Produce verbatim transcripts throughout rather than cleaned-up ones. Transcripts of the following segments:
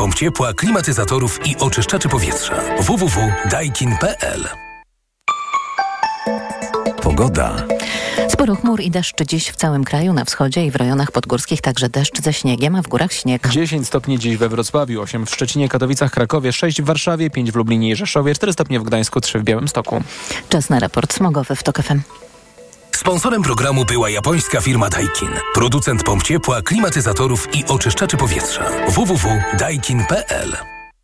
pomp ciepła, klimatyzatorów i oczyszczaczy powietrza. w w w kropka daikin kropka p l. Pogoda. Sporo chmur i deszcz dziś w całym kraju, na wschodzie i w rejonach podgórskich także deszcz ze śniegiem, a w górach śnieg. dziesięć stopni dziś we Wrocławiu, osiem w Szczecinie, Katowicach, Krakowie, sześć w Warszawie, pięć w Lublinie i Rzeszowie, cztery stopnie w Gdańsku, trzy w Białymstoku. Czas na raport smogowy w TOK F M. Sponsorem programu była japońska firma Daikin. Producent pomp ciepła, klimatyzatorów i oczyszczaczy powietrza. w w w kropka daikin kropka p l.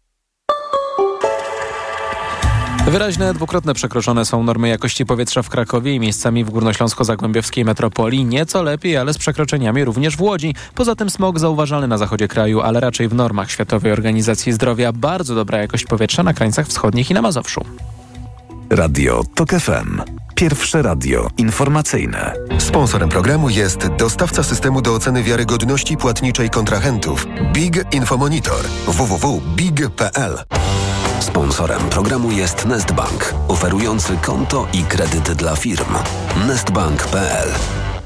Wyraźne, dwukrotne przekroczone są normy jakości powietrza w Krakowie i miejscami w górnośląsko-zagłębiowskiej metropolii. Nieco lepiej, ale z przekroczeniami również w Łodzi. Poza tym smog zauważalny na zachodzie kraju, ale raczej w normach Światowej Organizacji Zdrowia. Bardzo dobra jakość powietrza na krańcach wschodnich i na Mazowszu. Radio TOK F M. Pierwsze radio informacyjne. Sponsorem programu jest dostawca systemu do oceny wiarygodności płatniczej kontrahentów Big Infomonitor. w w w kropka big kropka p l. Sponsorem programu jest Nestbank, oferujący konto i kredyty dla firm. nestbank kropka p l.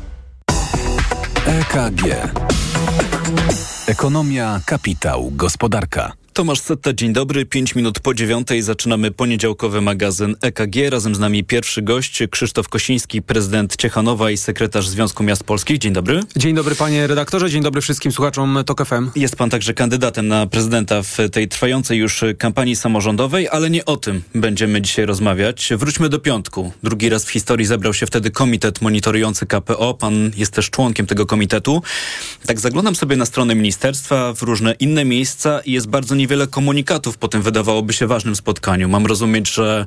E K G. Ekonomia, kapitał, gospodarka. Tomasz Setta, dzień dobry. Pięć minut po dziewiątej zaczynamy poniedziałkowy magazyn E K G. Razem z nami pierwszy gość, Krzysztof Kosiński, prezydent Ciechanowa i sekretarz Związku Miast Polskich. Dzień dobry. Dzień dobry panie redaktorze, dzień dobry wszystkim słuchaczom TOK F M. Jest pan także kandydatem na prezydenta w tej trwającej już kampanii samorządowej, ale nie o tym będziemy dzisiaj rozmawiać. Wróćmy do piątku. Drugi raz w historii zebrał się wtedy komitet monitorujący K P O. Pan jest też członkiem tego komitetu. Tak zaglądam sobie na stronę ministerstwa, w różne inne miejsca i jest bardzo niewiele wiele komunikatów po tym wydawałoby się ważnym spotkaniu. Mam rozumieć, że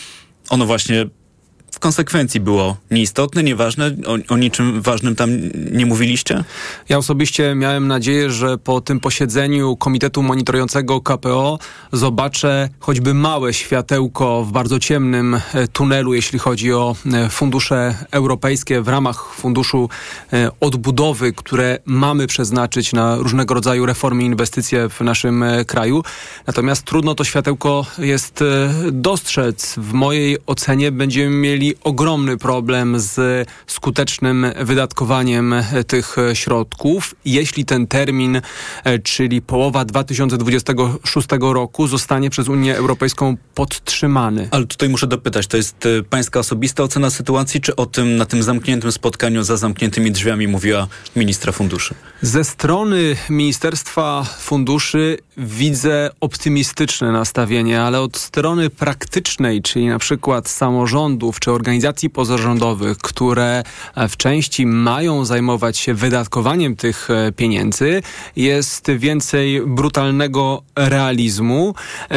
ono właśnie w konsekwencji było nieistotne, nieważne, o, o niczym ważnym tam nie mówiliście? Ja osobiście miałem nadzieję, że po tym posiedzeniu Komitetu Monitorującego K P O zobaczę choćby małe światełko w bardzo ciemnym tunelu, jeśli chodzi o fundusze europejskie w ramach Funduszu Odbudowy, które mamy przeznaczyć na różnego rodzaju reformy i inwestycje w naszym kraju. Natomiast trudno to światełko jest dostrzec. W mojej ocenie będziemy mieli ogromny problem z skutecznym wydatkowaniem tych środków, jeśli ten termin, czyli połowa dwa tysiące dwudziestego szóstego roku, zostanie przez Unię Europejską podtrzymany. Ale tutaj muszę dopytać, to jest pańska osobista ocena sytuacji, czy o tym na tym zamkniętym spotkaniu za zamkniętymi drzwiami mówiła ministra funduszy? Ze strony Ministerstwa Funduszy widzę optymistyczne nastawienie, ale od strony praktycznej, czyli na przykład samorządów czy organizacji pozarządowych, które w części mają zajmować się wydatkowaniem tych pieniędzy, jest więcej brutalnego realizmu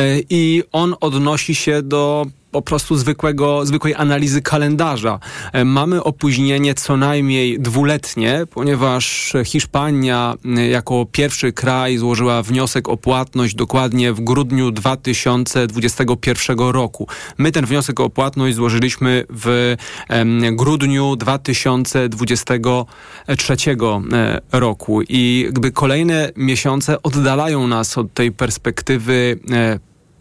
i on odnosi się do po prostu zwykłego, zwykłej analizy kalendarza. Mamy opóźnienie co najmniej dwuletnie, ponieważ Hiszpania jako pierwszy kraj złożyła wniosek o płatność dokładnie w grudniu dwa tysiące dwudziestego pierwszego roku. My ten wniosek o płatność złożyliśmy w em, grudniu dwa tysiące dwudziestego trzeciego roku i jakby kolejne miesiące oddalają nas od tej perspektywy e,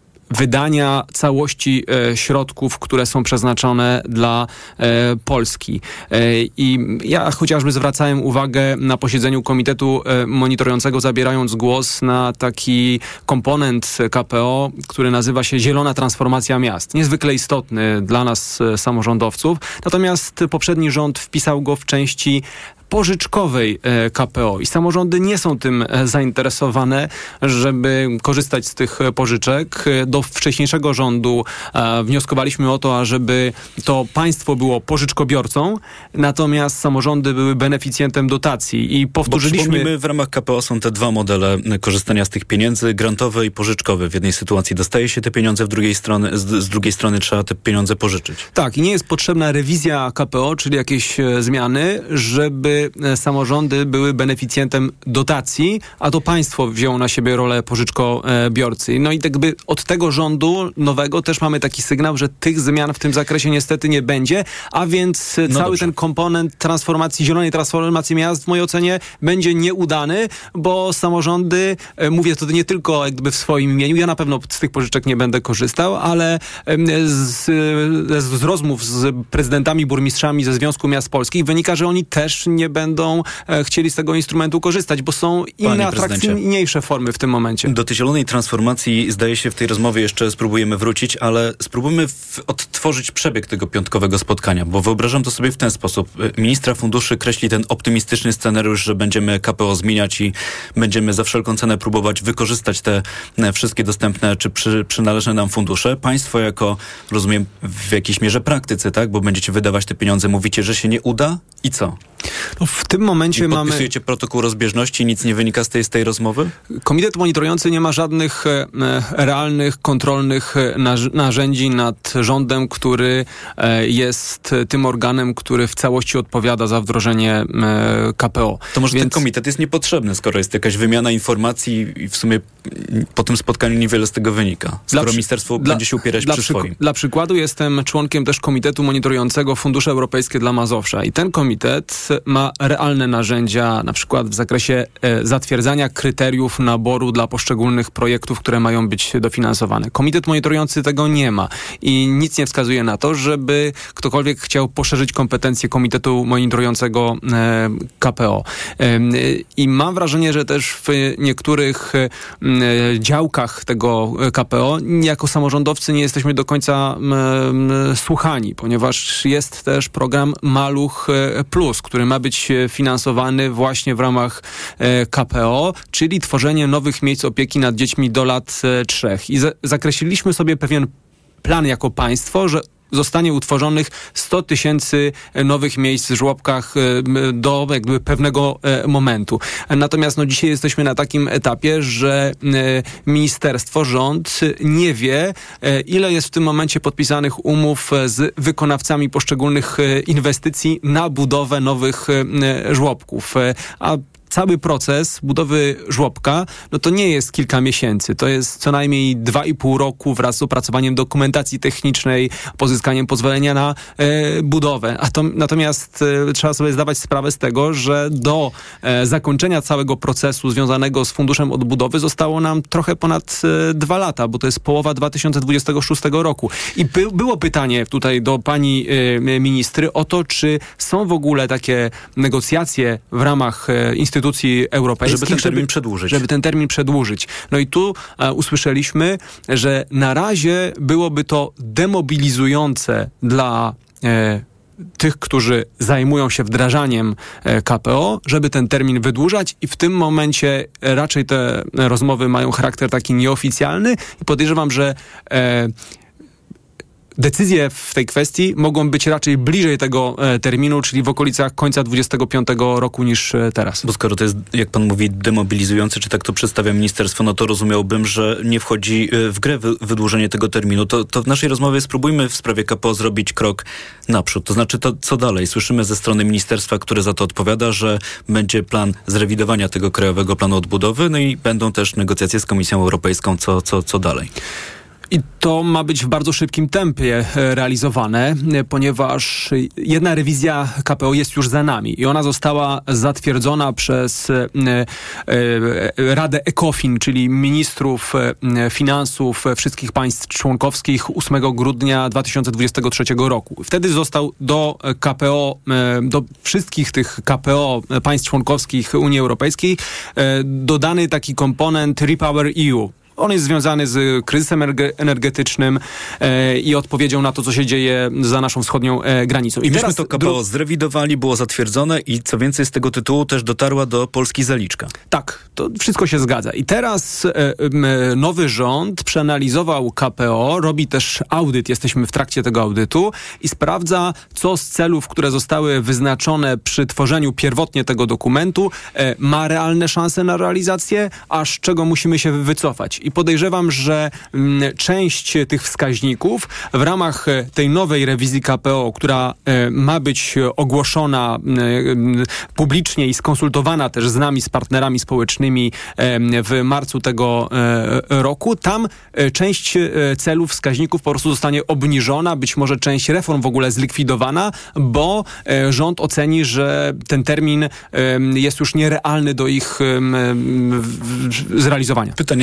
wydania całości e, środków, które są przeznaczone dla e, Polski. E, I ja chociażby zwracałem uwagę na posiedzeniu Komitetu e, Monitorującego, zabierając głos na taki komponent K P O, który nazywa się Zielona Transformacja Miast. Niezwykle istotny dla nas e, samorządowców. Natomiast poprzedni rząd wpisał go w części pożyczkowej K P O i samorządy nie są tym zainteresowane, żeby korzystać z tych pożyczek. Do wcześniejszego rządu e, wnioskowaliśmy o to, ażeby to państwo było pożyczkobiorcą, natomiast samorządy były beneficjentem dotacji i powtórzyliśmy... Bo w ramach K P O są te dwa modele korzystania z tych pieniędzy, grantowe i pożyczkowe. W jednej sytuacji dostaje się te pieniądze, w drugiej strony, z, z drugiej strony trzeba te pieniądze pożyczyć. Tak, i nie jest potrzebna rewizja K P O, czyli jakieś e, zmiany, żeby samorządy były beneficjentem dotacji, a to państwo wzięło na siebie rolę pożyczkobiorcy. No i tak by od tego rządu nowego też mamy taki sygnał, że tych zmian w tym zakresie niestety nie będzie, a więc no cały dobrze. ten komponent transformacji, zielonej transformacji miast w mojej ocenie będzie nieudany, bo samorządy, mówię to nie tylko jakby w swoim imieniu, ja na pewno z tych pożyczek nie będę korzystał, ale z, z rozmów z prezydentami, burmistrzami ze Związku Miast Polskich wynika, że oni też nie nie będą e, chcieli z tego instrumentu korzystać, bo są inne, atrakcyjniejsze formy w tym momencie. Do tej zielonej transformacji zdaje się w tej rozmowie jeszcze spróbujemy wrócić, ale spróbujmy w, odtworzyć przebieg tego piątkowego spotkania, bo wyobrażam to sobie w ten sposób. Ministra funduszy kreśli ten optymistyczny scenariusz, że będziemy K P O zmieniać i będziemy za wszelką cenę próbować wykorzystać te wszystkie dostępne czy przy, przynależne nam fundusze. Państwo jako, rozumiem, w jakiejś mierze praktycy, tak? Bo będziecie wydawać te pieniądze, mówicie, że się nie uda i co? No w tym momencie I mamy... podpisujecie protokół rozbieżności, nic nie wynika z tej, z tej rozmowy? Komitet monitorujący nie ma żadnych e, realnych, kontrolnych naż- narzędzi nad rządem, który e, jest tym organem, który w całości odpowiada za wdrożenie e, K P O. To może Więc... ten komitet jest niepotrzebny, skoro jest jakaś wymiana informacji i w sumie po tym spotkaniu niewiele z tego wynika. Skoro dla, ministerstwo dla, będzie się upierać dla przy przyk- swoim. Dla przykładu jestem członkiem też komitetu monitorującego Fundusze Europejskie dla Mazowsza i ten komitet ma realne narzędzia, na przykład w zakresie e, zatwierdzania kryteriów naboru dla poszczególnych projektów, które mają być dofinansowane. Komitet monitorujący tego nie ma i nic nie wskazuje na to, żeby ktokolwiek chciał poszerzyć kompetencje komitetu monitorującego e, K P O. E, I mam wrażenie, że też w niektórych e, działkach tego K P O jako samorządowcy nie jesteśmy do końca e, słuchani, ponieważ jest też program Maluch Plus, który ma być finansowany właśnie w ramach e, K P O, czyli tworzenie nowych miejsc opieki nad dziećmi do lat e, trzech. I za- zakreśliliśmy sobie pewien plan jako państwo, że zostanie utworzonych sto tysięcy nowych miejsc w żłobkach do jakby pewnego momentu. Natomiast no, dzisiaj jesteśmy na takim etapie, że ministerstwo, rząd nie wie, ile jest w tym momencie podpisanych umów z wykonawcami poszczególnych inwestycji na budowę nowych żłobków. A cały proces budowy żłobka, no to nie jest kilka miesięcy, to jest co najmniej dwa i pół roku wraz z opracowaniem dokumentacji technicznej, pozyskaniem pozwolenia na e, budowę. A to, natomiast e, trzeba sobie zdawać sprawę z tego, że do e, zakończenia całego procesu związanego z Funduszem Odbudowy zostało nam trochę ponad e, dwa lata, bo to jest połowa dwa tysiące dwudziestego szóstego roku. I by, było pytanie tutaj do pani e, ministry o to, czy są w ogóle takie negocjacje w ramach e, instytucji europejskich, żeby ten termin żeby, przedłużyć. Żeby ten termin przedłużyć. No i tu e, usłyszeliśmy, że na razie byłoby to demobilizujące dla e, tych, którzy zajmują się wdrażaniem e, K P O, żeby ten termin wydłużać i w tym momencie raczej te rozmowy mają charakter taki nieoficjalny i podejrzewam, że e, decyzje w tej kwestii mogą być raczej bliżej tego e, terminu, czyli w okolicach końca dwudziestego piątego roku niż e, teraz. Bo skoro to jest, jak pan mówi, demobilizujący, czy tak to przedstawia ministerstwo, no to rozumiałbym, że nie wchodzi w grę wy, wydłużenie tego terminu. To, to w naszej rozmowie spróbujmy w sprawie K P O zrobić krok naprzód. To znaczy, to co dalej? Słyszymy ze strony ministerstwa, które za to odpowiada, że będzie plan zrewidowania tego Krajowego Planu Odbudowy, no i będą też negocjacje z Komisją Europejską. Co, co, co dalej? I to ma być w bardzo szybkim tempie realizowane, ponieważ jedna rewizja K P O jest już za nami i ona została zatwierdzona przez Radę ECOFIN, czyli ministrów finansów wszystkich państw członkowskich ósmego grudnia dwa tysiące dwudziestego trzeciego roku. Wtedy został do K P O, do wszystkich tych K P O państw członkowskich Unii Europejskiej dodany taki komponent Repower E U. On jest związany z kryzysem energetycznym e, i odpowiedzią na to, co się dzieje za naszą wschodnią e, granicą. I, I myśmy to K P O dro... zrewidowali, było zatwierdzone i co więcej z tego tytułu też dotarła do Polski zaliczka. Tak, to wszystko się zgadza. I teraz e, e, nowy rząd przeanalizował K P O, robi też audyt, jesteśmy w trakcie tego audytu i sprawdza, co z celów, które zostały wyznaczone przy tworzeniu pierwotnie tego dokumentu, e, ma realne szanse na realizację, a z czego musimy się wycofać. I podejrzewam, że m, część tych wskaźników w ramach tej nowej rewizji K P O, która e, ma być ogłoszona e, publicznie i skonsultowana też z nami, z partnerami społecznymi e, w marcu tego e, roku, tam e, część e, celów, wskaźników po prostu zostanie obniżona, być może część reform w ogóle zlikwidowana, bo e, rząd oceni, że ten termin e, jest już nierealny do ich e, zrealizowania. Pytanie, na ile będzie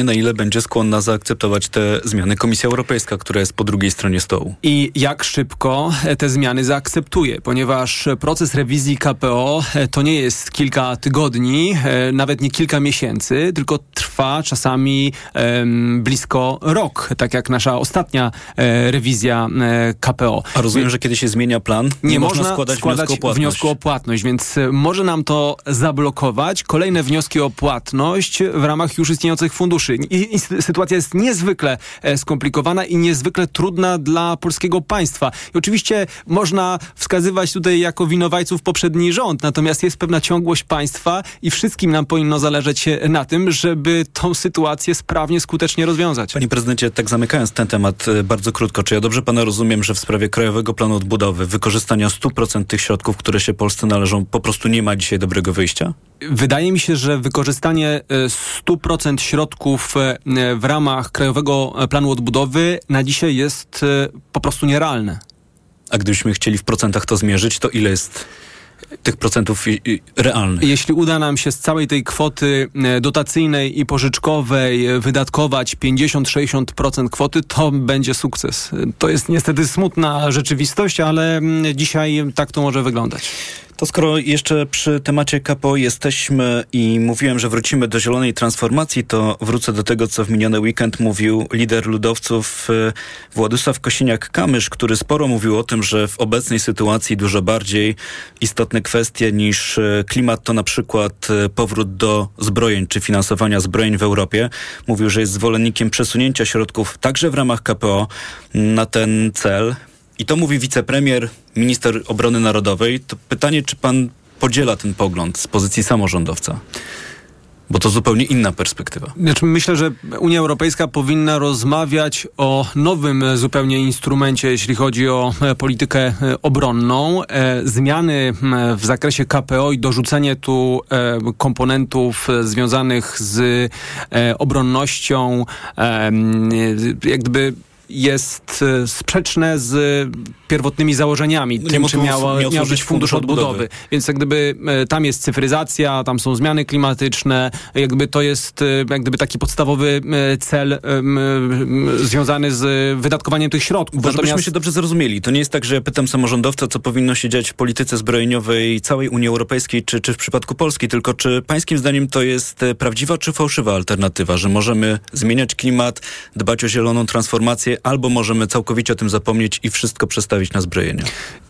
będzie skłonna zaakceptować te zmiany Komisja Europejska, która jest po drugiej stronie stołu. I jak szybko te zmiany zaakceptuje, ponieważ proces rewizji K P O to nie jest kilka tygodni, nawet nie kilka miesięcy, tylko trwa czasami um, blisko rok, tak jak nasza ostatnia e, rewizja e, K P O. A rozumiem, że kiedy się zmienia plan, nie, nie można składać, składać wniosku o płatność. wniosku o płatność, więc może nam to zablokować kolejne wnioski o płatność w ramach już istniejących funduszy. I, i sytuacja jest niezwykle e, skomplikowana i niezwykle trudna dla polskiego państwa. I oczywiście można wskazywać tutaj jako winowajców poprzedni rząd, natomiast jest pewna ciągłość państwa i wszystkim nam powinno zależeć na tym, żeby tą sytuację sprawnie, skutecznie rozwiązać. Panie prezydencie, tak zamykając ten temat bardzo krótko, czy ja dobrze pana rozumiem, że w sprawie Krajowego Planu Odbudowy, wykorzystania stu procent tych środków, które się Polsce należą, po prostu nie ma dzisiaj dobrego wyjścia? Wydaje mi się, że wykorzystanie stu procent środków w ramach Krajowego Planu Odbudowy na dzisiaj jest po prostu nierealne. A gdybyśmy chcieli w procentach to zmierzyć, to ile jest tych procentów realnych? Jeśli uda nam się z całej tej kwoty dotacyjnej i pożyczkowej wydatkować pięćdziesiąt do sześćdziesięciu procent kwoty, to będzie sukces. To jest niestety smutna rzeczywistość, ale dzisiaj tak to może wyglądać. To skoro jeszcze przy temacie K P O jesteśmy i mówiłem, że wrócimy do zielonej transformacji, to wrócę do tego, co w miniony weekend mówił lider ludowców Władysław Kosiniak-Kamysz, który sporo mówił o tym, że w obecnej sytuacji dużo bardziej istotne kwestie niż klimat to na przykład powrót do zbrojeń czy finansowania zbrojeń w Europie. Mówił, że jest zwolennikiem przesunięcia środków także w ramach K P O na ten cel. I to mówi wicepremier, minister obrony narodowej. To pytanie, czy pan podziela ten pogląd z pozycji samorządowca? Bo to zupełnie inna perspektywa. Znaczy, myślę, że Unia Europejska powinna rozmawiać o nowym zupełnie instrumencie, jeśli chodzi o politykę obronną. Zmiany w zakresie K P O i dorzucenie tu komponentów związanych z obronnością, jak gdyby jest sprzeczne z pierwotnymi założeniami, no tym, czym miał, miał być Fundusz Odbudowy. Odbudowy. Więc jak gdyby tam jest cyfryzacja, tam są zmiany klimatyczne, jak gdyby to jest jak gdyby taki podstawowy cel um, związany z wydatkowaniem tych środków. Bo Natomiast... żebyśmy się dobrze zrozumieli, to nie jest tak, że ja pytam samorządowca, co powinno się dziać w polityce zbrojeniowej całej Unii Europejskiej, czy, czy w przypadku Polski, tylko czy pańskim zdaniem to jest prawdziwa czy fałszywa alternatywa, że możemy zmieniać klimat, dbać o zieloną transformację, albo możemy całkowicie o tym zapomnieć i wszystko przestawić na zbrojenie?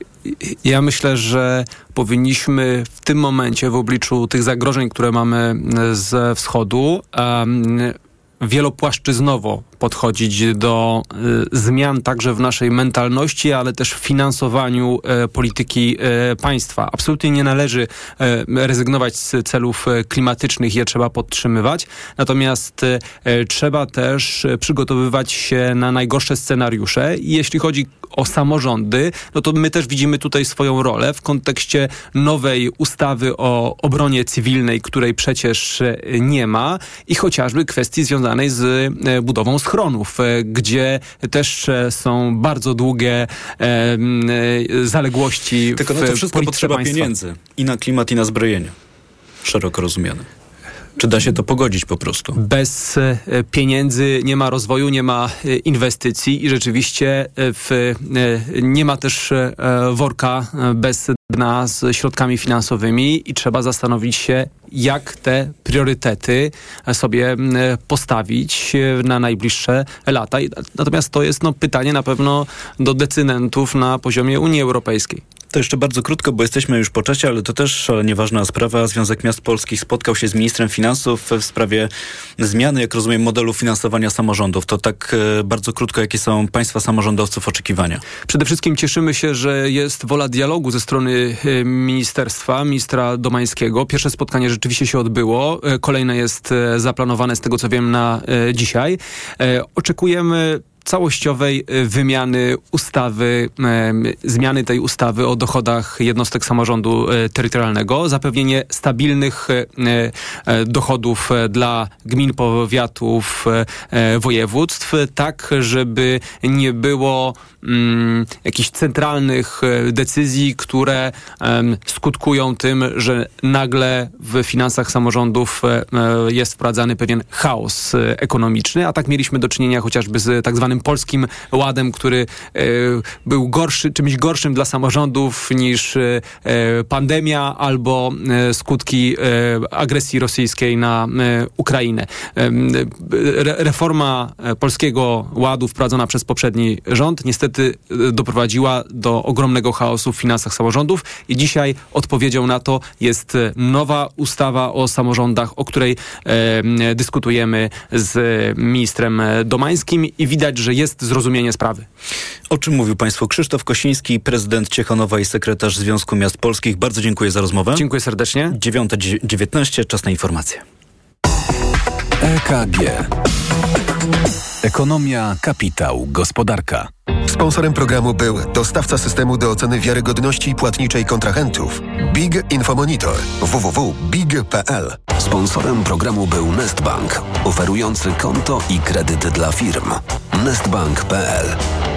Ja myślę, że powinniśmy w tym momencie, w obliczu tych zagrożeń, które mamy ze wschodu, um, wielopłaszczyznowo podchodzić do y, zmian także w naszej mentalności, ale też w finansowaniu y, polityki y, państwa. Absolutnie nie należy y, rezygnować z celów y, klimatycznych, je trzeba podtrzymywać. Natomiast y, trzeba też y, przygotowywać się na najgorsze scenariusze. I jeśli chodzi o samorządy, no to my też widzimy tutaj swoją rolę w kontekście nowej ustawy o obronie cywilnej, której przecież nie ma, i chociażby kwestii związanej z y, budową schronów, gdzie też są bardzo długie e, zaległości. Tylko w na to wszystko potrzeba państwa. pieniędzy. I na klimat, i na zbrojenie. Szeroko rozumiane. Czy da się to pogodzić po prostu? Bez e, pieniędzy nie ma rozwoju, nie ma e, inwestycji i rzeczywiście w, e, nie ma też e, worka e, bez dna z środkami finansowymi i trzeba zastanowić się, jak te priorytety sobie postawić na najbliższe lata. Natomiast to jest no, pytanie na pewno do decydentów na poziomie Unii Europejskiej. To jeszcze bardzo krótko, bo jesteśmy już po czasie, ale to też szalenie ważna sprawa. Związek Miast Polskich spotkał się z ministrem finansów w sprawie zmiany, jak rozumiem, modelu finansowania samorządów. To tak e, bardzo krótko, jakie są państwa samorządowców oczekiwania? Przede wszystkim cieszymy się, że jest wola dialogu ze strony e, ministerstwa, ministra Domańskiego. Pierwsze spotkanie rzeczywiście się odbyło. E, kolejne jest e, zaplanowane, z tego co wiem, na e, dzisiaj. E, oczekujemy całościowej wymiany ustawy, zmiany tej ustawy o dochodach jednostek samorządu terytorialnego, zapewnienie stabilnych dochodów dla gmin, powiatów, województw, tak żeby nie było um, jakichś centralnych decyzji, które um, skutkują tym, że nagle w finansach samorządów um, jest wprowadzany pewien chaos ekonomiczny, a tak mieliśmy do czynienia chociażby z tak zwanym Polskim Ładem, który e, był gorszy, czymś gorszym dla samorządów niż e, pandemia albo e, skutki e, agresji rosyjskiej na e, Ukrainę. E, re, reforma Polskiego Ładu wprowadzona przez poprzedni rząd niestety doprowadziła do ogromnego chaosu w finansach samorządów i dzisiaj odpowiedzią na to jest nowa ustawa o samorządach, o której e, dyskutujemy z ministrem Domańskim i widać, że jest zrozumienie sprawy. O czym mówił Państwu Krzysztof Kosiński, prezydent Ciechanowa i sekretarz Związku Miast Polskich. Bardzo dziękuję za rozmowę. Dziękuję serdecznie. dziewiąta dziewiętnaście, czas na informacje. E K G. Ekonomia, kapitał, gospodarka. Sponsorem programu był dostawca systemu do oceny wiarygodności płatniczej kontrahentów Big Infomonitor w w w kropka big kropka p l. Sponsorem programu był Nestbank, oferujący konto i kredyt dla firm. nestbank kropka p l.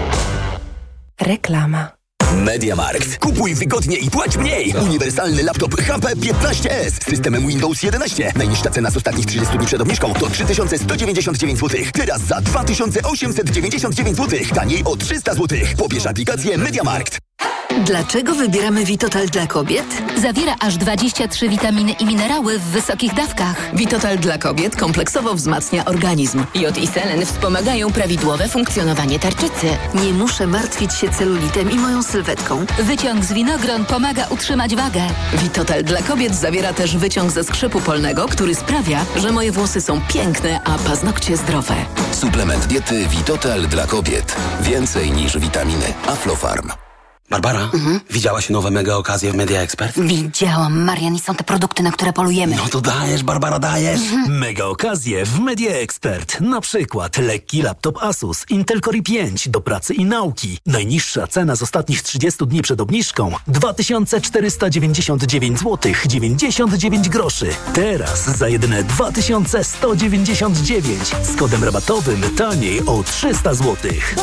Reklama. MediaMarkt. Kupuj wygodnie i płać mniej. Uniwersalny laptop H P piętnaście S z systemem Windows jedenaście. Najniższa cena z ostatnich trzydziestu dni przed obniżką to trzy tysiące sto dziewięćdziesiąt dziewięć złotych. Teraz za dwa tysiące osiemset dziewięćdziesiąt dziewięć złotych. Taniej o trzysta złotych. Pobierz aplikację MediaMarkt. Dlaczego wybieramy Vitotal dla kobiet? Zawiera aż dwadzieścia trzy witaminy i minerały w wysokich dawkach. Vitotal dla kobiet kompleksowo wzmacnia organizm. Jod i selen wspomagają prawidłowe funkcjonowanie tarczycy. Nie muszę martwić się celulitem i moją sylwetką. Wyciąg z winogron pomaga utrzymać wagę. Vitotal dla kobiet zawiera też wyciąg ze skrzypu polnego, który sprawia, że moje włosy są piękne, a paznokcie zdrowe. Suplement diety Vitotal dla kobiet. Więcej niż witaminy. Aflofarm. Barbara, mhm. widziałaś nowe mega okazje w Media Expert? Widziałam, Marian, i są te produkty, na które polujemy. No to dajesz, Barbara, dajesz. Mhm. Mega okazje w Media Expert. Na przykład lekki laptop Asus Intel Core i pięć do pracy i nauki. Najniższa cena z ostatnich trzydziestu dni przed obniżką dwa tysiące czterysta dziewięćdziesiąt dziewięć złotych dziewięćdziesiąt dziewięć groszy. Teraz za jedyne dwa tysiące sto dziewięćdziesiąt dziewięć z kodem rabatowym taniej o trzysta złotych.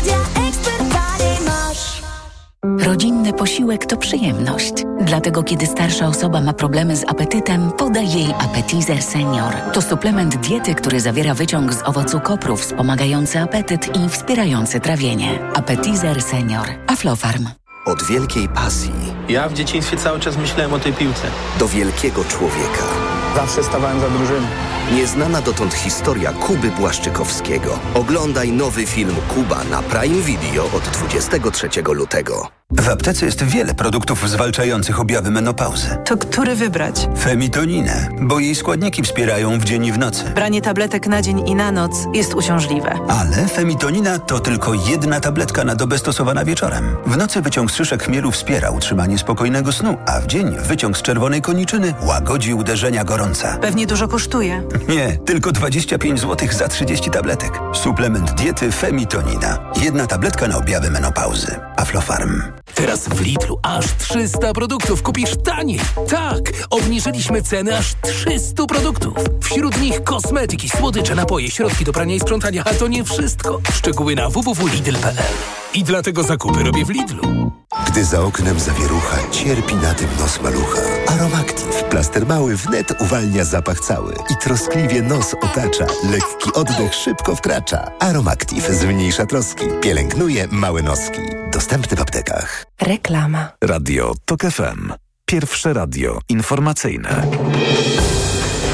Rodzinny posiłek to przyjemność. Dlatego kiedy starsza osoba ma problemy z apetytem, podaj jej Appetizer Senior. To suplement diety, który zawiera wyciąg z owocu kopru wspomagający apetyt i wspierający trawienie. Appetizer Senior. Aflofarm. Od wielkiej pasji. Ja w dzieciństwie cały czas myślałem o tej piłce. Do wielkiego człowieka. Zawsze stawałem za drużyną. Nieznana dotąd historia Kuby Błaszczykowskiego. Oglądaj nowy film Kuba na Prime Video od dwudziestego trzeciego lutego. W aptece jest wiele produktów zwalczających objawy menopauzy. To który wybrać? Femitoninę, bo jej składniki wspierają w dzień i w nocy. Branie tabletek na dzień i na noc jest uciążliwe. Ale femitonina to tylko jedna tabletka na dobę stosowana wieczorem. W nocy wyciąg z szyszek chmielu wspiera utrzymanie spokojnego snu, a w dzień wyciąg z czerwonej koniczyny łagodzi uderzenia gorąca. Pewnie dużo kosztuje. Nie, tylko dwadzieścia pięć złotych za trzydzieści tabletek. Suplement diety Femitonina. Jedna tabletka na objawy menopauzy. Aflofarm. Teraz w Lidlu aż trzysta produktów kupisz taniej. Tak, obniżyliśmy ceny aż trzystu produktów. Wśród nich kosmetyki, słodycze, napoje, środki do prania i sprzątania. A to nie wszystko. Szczegóły na w w w kropka lidl kropka p l. I dlatego zakupy robię w Lidlu. Gdy za oknem zawierucha, cierpi na tym nos malucha. Aromactive, plaster mały wnet uwalnia zapach cały i troskliwie nos otacza. Lekki oddech szybko wkracza. Aromactive zmniejsza troski, pielęgnuje małe noski. Dostępny w aptekach. Reklama. Radio Tok F M. Pierwsze radio informacyjne.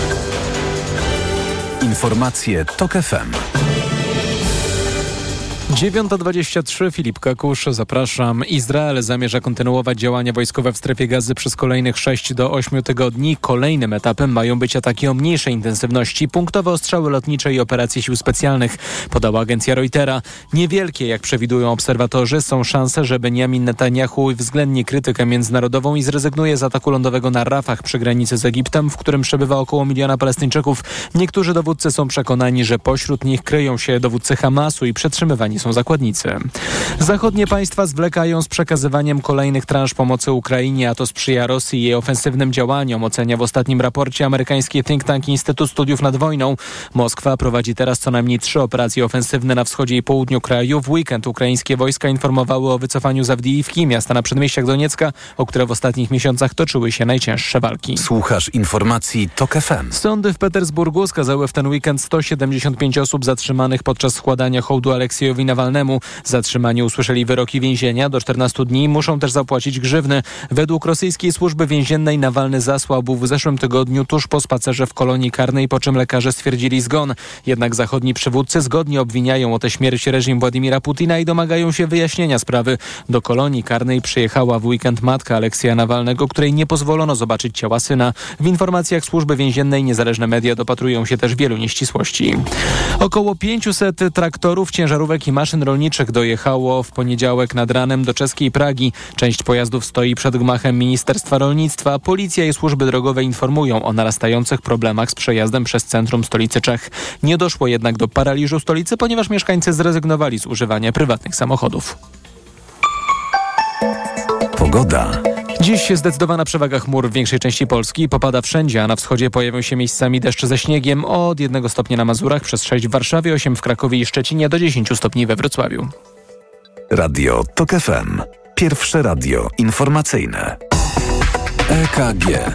Informacje Tok F M. dziewiąta dwadzieścia trzy, Filip Kakusz, zapraszam. Izrael zamierza kontynuować działania wojskowe w strefie Gazy przez kolejnych sześć do ośmiu tygodni. Kolejnym etapem mają być ataki o mniejszej intensywności, punktowe ostrzały lotnicze i operacje sił specjalnych, podała agencja Reutera. Niewielkie, jak przewidują obserwatorzy, są szanse, że Benjamin Netanyahu uwzględni krytykę międzynarodową i zrezygnuje z ataku lądowego na Rafah przy granicy z Egiptem, w którym przebywa około miliona Palestyńczyków. Niektórzy dowódcy są przekonani, że pośród nich kryją się dowódcy Hamasu i przetrzymywani są zakładnicy. Zachodnie państwa zwlekają z przekazywaniem kolejnych transz pomocy Ukrainie, a to sprzyja Rosji i jej ofensywnym działaniom, ocenia w ostatnim raporcie amerykański think tank Instytut Studiów nad Wojną. Moskwa prowadzi teraz co najmniej trzy operacje ofensywne na wschodzie i południu kraju. W weekend ukraińskie wojska informowały o wycofaniu z Awdijiwki, miasta na przedmieściach Doniecka, o które w ostatnich miesiącach toczyły się najcięższe walki. Słuchasz informacji TOK F M. Sądy w Petersburgu skazały w ten weekend sto siedemdziesiąt pięć osób zatrzymanych podczas składania hołdu Aleksiejowi Nawalnemu. Zatrzymani usłyszeli wyroki więzienia do czternastu dni, muszą też zapłacić grzywny. Według rosyjskiej służby więziennej Nawalny zasłabł w zeszłym tygodniu tuż po spacerze w kolonii karnej, po czym lekarze stwierdzili zgon. Jednak zachodni przywódcy zgodnie obwiniają o tę śmierć reżim Władimira Putina i domagają się wyjaśnienia sprawy. Do kolonii karnej przyjechała w weekend matka Aleksieja Nawalnego, której nie pozwolono zobaczyć ciała syna. W informacjach służby więziennej niezależne media dopatrują się też wielu nieścisłości. Około pięciuset traktorów, ciężarówek i maszyn rolniczych dojechało w poniedziałek nad ranem do czeskiej Pragi. Część pojazdów stoi przed gmachem Ministerstwa Rolnictwa. Policja i służby drogowe informują o narastających problemach z przejazdem przez centrum stolicy Czech. Nie doszło jednak do paraliżu stolicy, ponieważ mieszkańcy zrezygnowali z używania prywatnych samochodów. Pogoda. Dziś zdecydowana przewaga chmur w większej części Polski. Popada wszędzie, a na wschodzie pojawią się miejscami deszcze ze śniegiem. Od jednego stopnia na Mazurach, przez sześć w Warszawie, osiem w Krakowie i Szczecinie, do dziesięciu stopni we Wrocławiu. Radio TOK F M. Pierwsze radio informacyjne. E K G.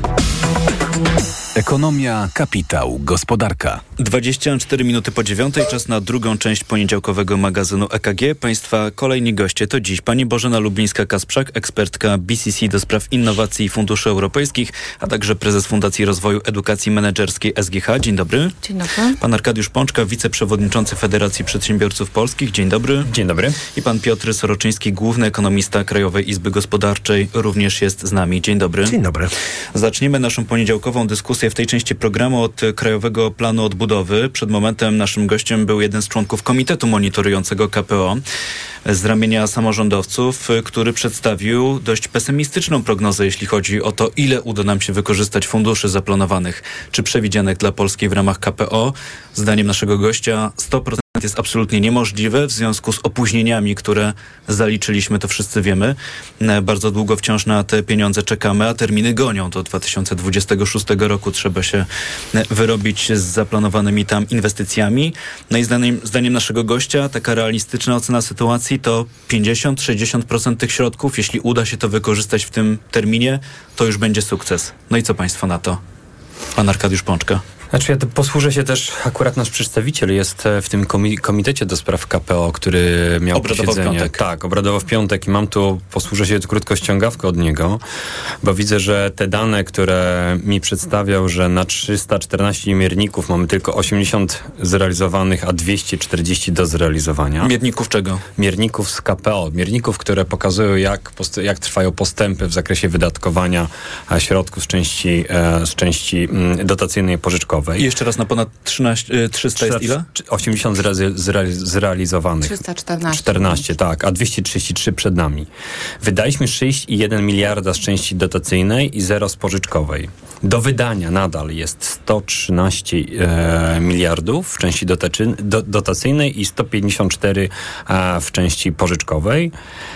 Ekonomia, kapitał, gospodarka. dwadzieścia cztery minuty po dziewiątej, czas na drugą część poniedziałkowego magazynu E K G. Państwa kolejni goście to dziś pani Bożena Lublińska-Kasprzak, ekspertka B C C do spraw innowacji i funduszy europejskich, a także prezes Fundacji Rozwoju Edukacji Menedżerskiej S G H. Dzień dobry. Dzień dobry. Pan Arkadiusz Pączka, wiceprzewodniczący Federacji Przedsiębiorców Polskich. Dzień dobry. Dzień dobry. I pan Piotr Soroczyński, główny ekonomista Krajowej Izby Gospodarczej, również jest z nami. Dzień dobry. Dzień dobry. Zaczniemy naszą poniedziałkową dyskusję w tej części programu od Krajowego Planu Odbudowy. Przed momentem naszym gościem był jeden z członków Komitetu Monitorującego K P O z ramienia samorządowców, który przedstawił dość pesymistyczną prognozę, jeśli chodzi o to, ile uda nam się wykorzystać funduszy zaplanowanych czy przewidzianych dla Polski w ramach K P O. Zdaniem naszego gościa sto procent jest absolutnie niemożliwe w związku z opóźnieniami, które zaliczyliśmy, to wszyscy wiemy. Bardzo długo wciąż na te pieniądze czekamy, a terminy gonią. Do dwa tysiące dwudziestego szóstego roku trzeba się wyrobić z zaplanowanymi tam inwestycjami. No i zdaniem, zdaniem naszego gościa taka realistyczna ocena sytuacji to pięćdziesiąt do sześćdziesięciu procent tych środków, jeśli uda się to wykorzystać w tym terminie, to już będzie sukces. No i co państwo na to? Pan Arkadiusz Pączka. Znaczy ja posłużę się też, akurat nasz przedstawiciel jest w tym komi- komitecie do spraw K P O, który miał obradował posiedzenie. w piątek. Tak, obradował w piątek i mam tu, posłużę się krótko ściągawkę od niego, bo widzę, że te dane, które mi przedstawiał, że na trzysta czternaście mierników mamy tylko osiemdziesiąt zrealizowanych, a dwieście czterdzieści do zrealizowania. Mierników czego? Mierników z K P O. Mierników, które pokazują, jak, post- jak trwają postępy w zakresie wydatkowania środków z części, e, z części mm, dotacyjnej i pożyczkowej. I jeszcze raz na ponad trzynaście, trzysta jest ile? osiemdziesiąt zre- zre- zrealizowanych. trzysta czternaście. czternaście, tak, a dwieście trzydzieści trzy przed nami. Wydaliśmy sześć i jeden miliarda z części dotacyjnej i zero z pożyczkowej. Do wydania nadal jest sto trzynaście e, miliardów w części dotaczy, do, dotacyjnej i sto pięćdziesiąt cztery e, w części pożyczkowej.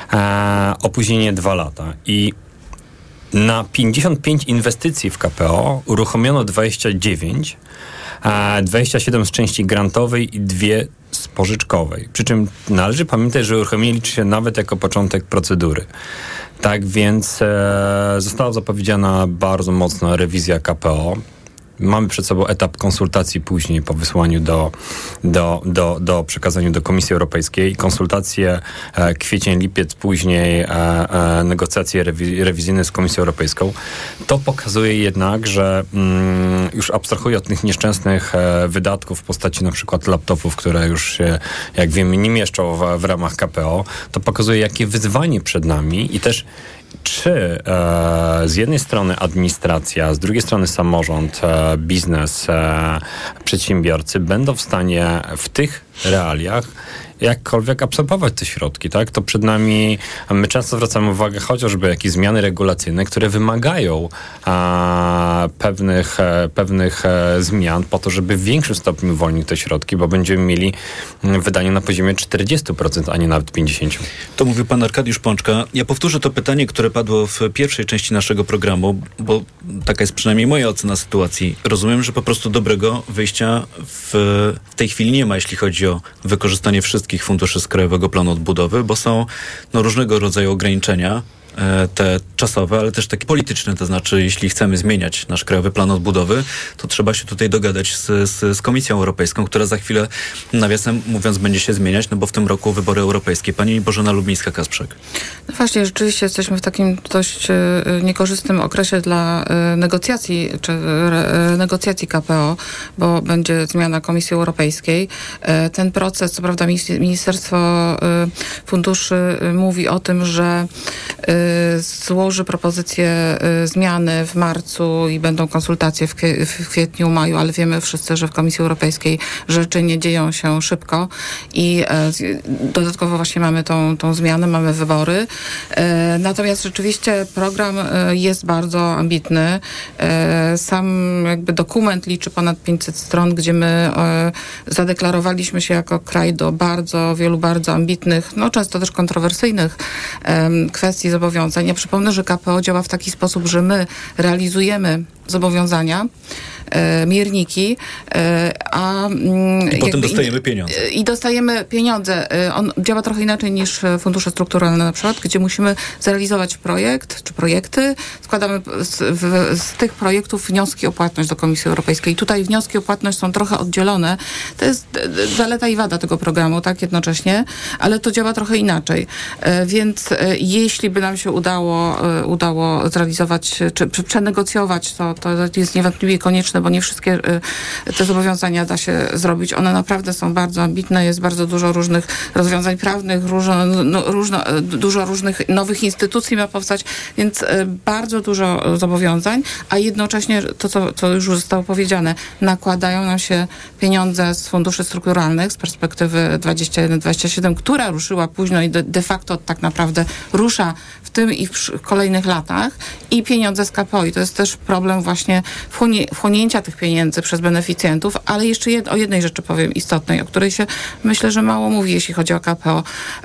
E, opóźnienie dwa lata. I na pięćdziesiąt pięć inwestycji w K P O uruchomiono dwadzieścia dziewięć, a dwadzieścia siedem z części grantowej i dwie z pożyczkowej. Przy czym należy pamiętać, że uruchomienie liczy się nawet jako początek procedury. Tak więc e, została zapowiedziana bardzo mocna rewizja K P O. Mamy przed sobą etap konsultacji później po wysłaniu do, do, do, do przekazaniu do Komisji Europejskiej. Konsultacje e, kwiecień, lipiec, później e, e, negocjacje rewi- rewizyjne z Komisją Europejską. To pokazuje jednak, że mm, już abstrahuję od tych nieszczęsnych e, wydatków w postaci na przykład laptopów, które już się, jak wiemy, nie mieszczą w, w ramach K P O. To pokazuje, jakie wyzwanie przed nami i też czy e, z jednej strony administracja, z drugiej strony samorząd, e, biznes, e, przedsiębiorcy będą w stanie w tych realiach jakkolwiek absorbować te środki, tak? To przed nami, my często zwracamy uwagę chociażby jakieś zmiany regulacyjne, które wymagają a, pewnych, e, pewnych e, zmian po to, żeby w większym stopniu uwolnić te środki, bo będziemy mieli wydanie na poziomie czterdzieści procent, a nie nawet pięćdziesiąt procent. To mówił pan Arkadiusz Pączka. Ja powtórzę to pytanie, które padło w pierwszej części naszego programu, bo taka jest przynajmniej moja ocena sytuacji. Rozumiem, że po prostu dobrego wyjścia w, w tej chwili nie ma, jeśli chodzi o wykorzystanie wszystkich funduszy z Krajowego Planu Odbudowy, bo są no, różnego rodzaju ograniczenia, e, te czasowe, ale też takie polityczne, to znaczy jeśli chcemy zmieniać nasz Krajowy Plan Odbudowy, to trzeba się tutaj dogadać z, z, z Komisją Europejską, która za chwilę, nawiasem mówiąc, będzie się zmieniać, no bo w tym roku wybory europejskie. Pani Bożena Lubińska-Kasprzak. No właśnie, rzeczywiście jesteśmy w takim dość e, niekorzystnym okresie dla e, negocjacji, czy e, negocjacji K P O, bo będzie zmiana Komisji Europejskiej. E, ten proces, co prawda Ministerstwo e, Funduszy e, mówi o tym, że e, złoży propozycję e, zmiany w marcu i będą konsultacje w, kwie, w kwietniu, maju, ale wiemy wszyscy, że w Komisji Europejskiej rzeczy nie dzieją się szybko i e, dodatkowo właśnie mamy tą, tą zmianę, mamy wybory. E, natomiast rzeczywiście program e, jest bardzo ambitny. E, sam jakby dokument liczy ponad pięćset stron, gdzie my e, zadeklarowaliśmy się jako kraj do bardzo wielu, bardzo ambitnych, no często też kontrowersyjnych e, kwestii zobowiązań. Ja przypomnę, że K P O działa w taki sposób, że my realizujemy zobowiązania, e, mierniki, e, a... I potem dostajemy pieniądze. I dostajemy pieniądze. On działa trochę inaczej niż fundusze strukturalne na przykład, gdzie musimy zrealizować projekt, czy projekty. Składamy z, w, z tych projektów wnioski o płatność do Komisji Europejskiej. Tutaj wnioski o płatność są trochę oddzielone. To jest zaleta i wada tego programu, tak, jednocześnie, ale to działa trochę inaczej. E, więc e, jeśli by nam się udało, e, udało zrealizować, czy, czy przenegocjować, to, to jest niewątpliwie konieczne, bo nie wszystkie e, te zobowiązania da się zrobić. One naprawdę są bardzo ambitne, jest bardzo dużo różnych rozwiązań prawnych, różno, no, różno, dużo różnych nowych instytucji ma powstać, więc y, bardzo dużo zobowiązań, a jednocześnie to, co, co już zostało powiedziane, nakładają nam się pieniądze z funduszy strukturalnych z perspektywy dwadzieścia jeden dwadzieścia siedem, która ruszyła późno i de, de facto tak naprawdę rusza w tym i w kolejnych latach, i pieniądze z K P O. I to jest też problem właśnie wchłonie, wchłonięcia tych pieniędzy przez beneficjentów, ale jeszcze jed, o jednej rzeczy powiem istotnej, o której się myślę, że mało mówi, jeśli chodzi o K P O.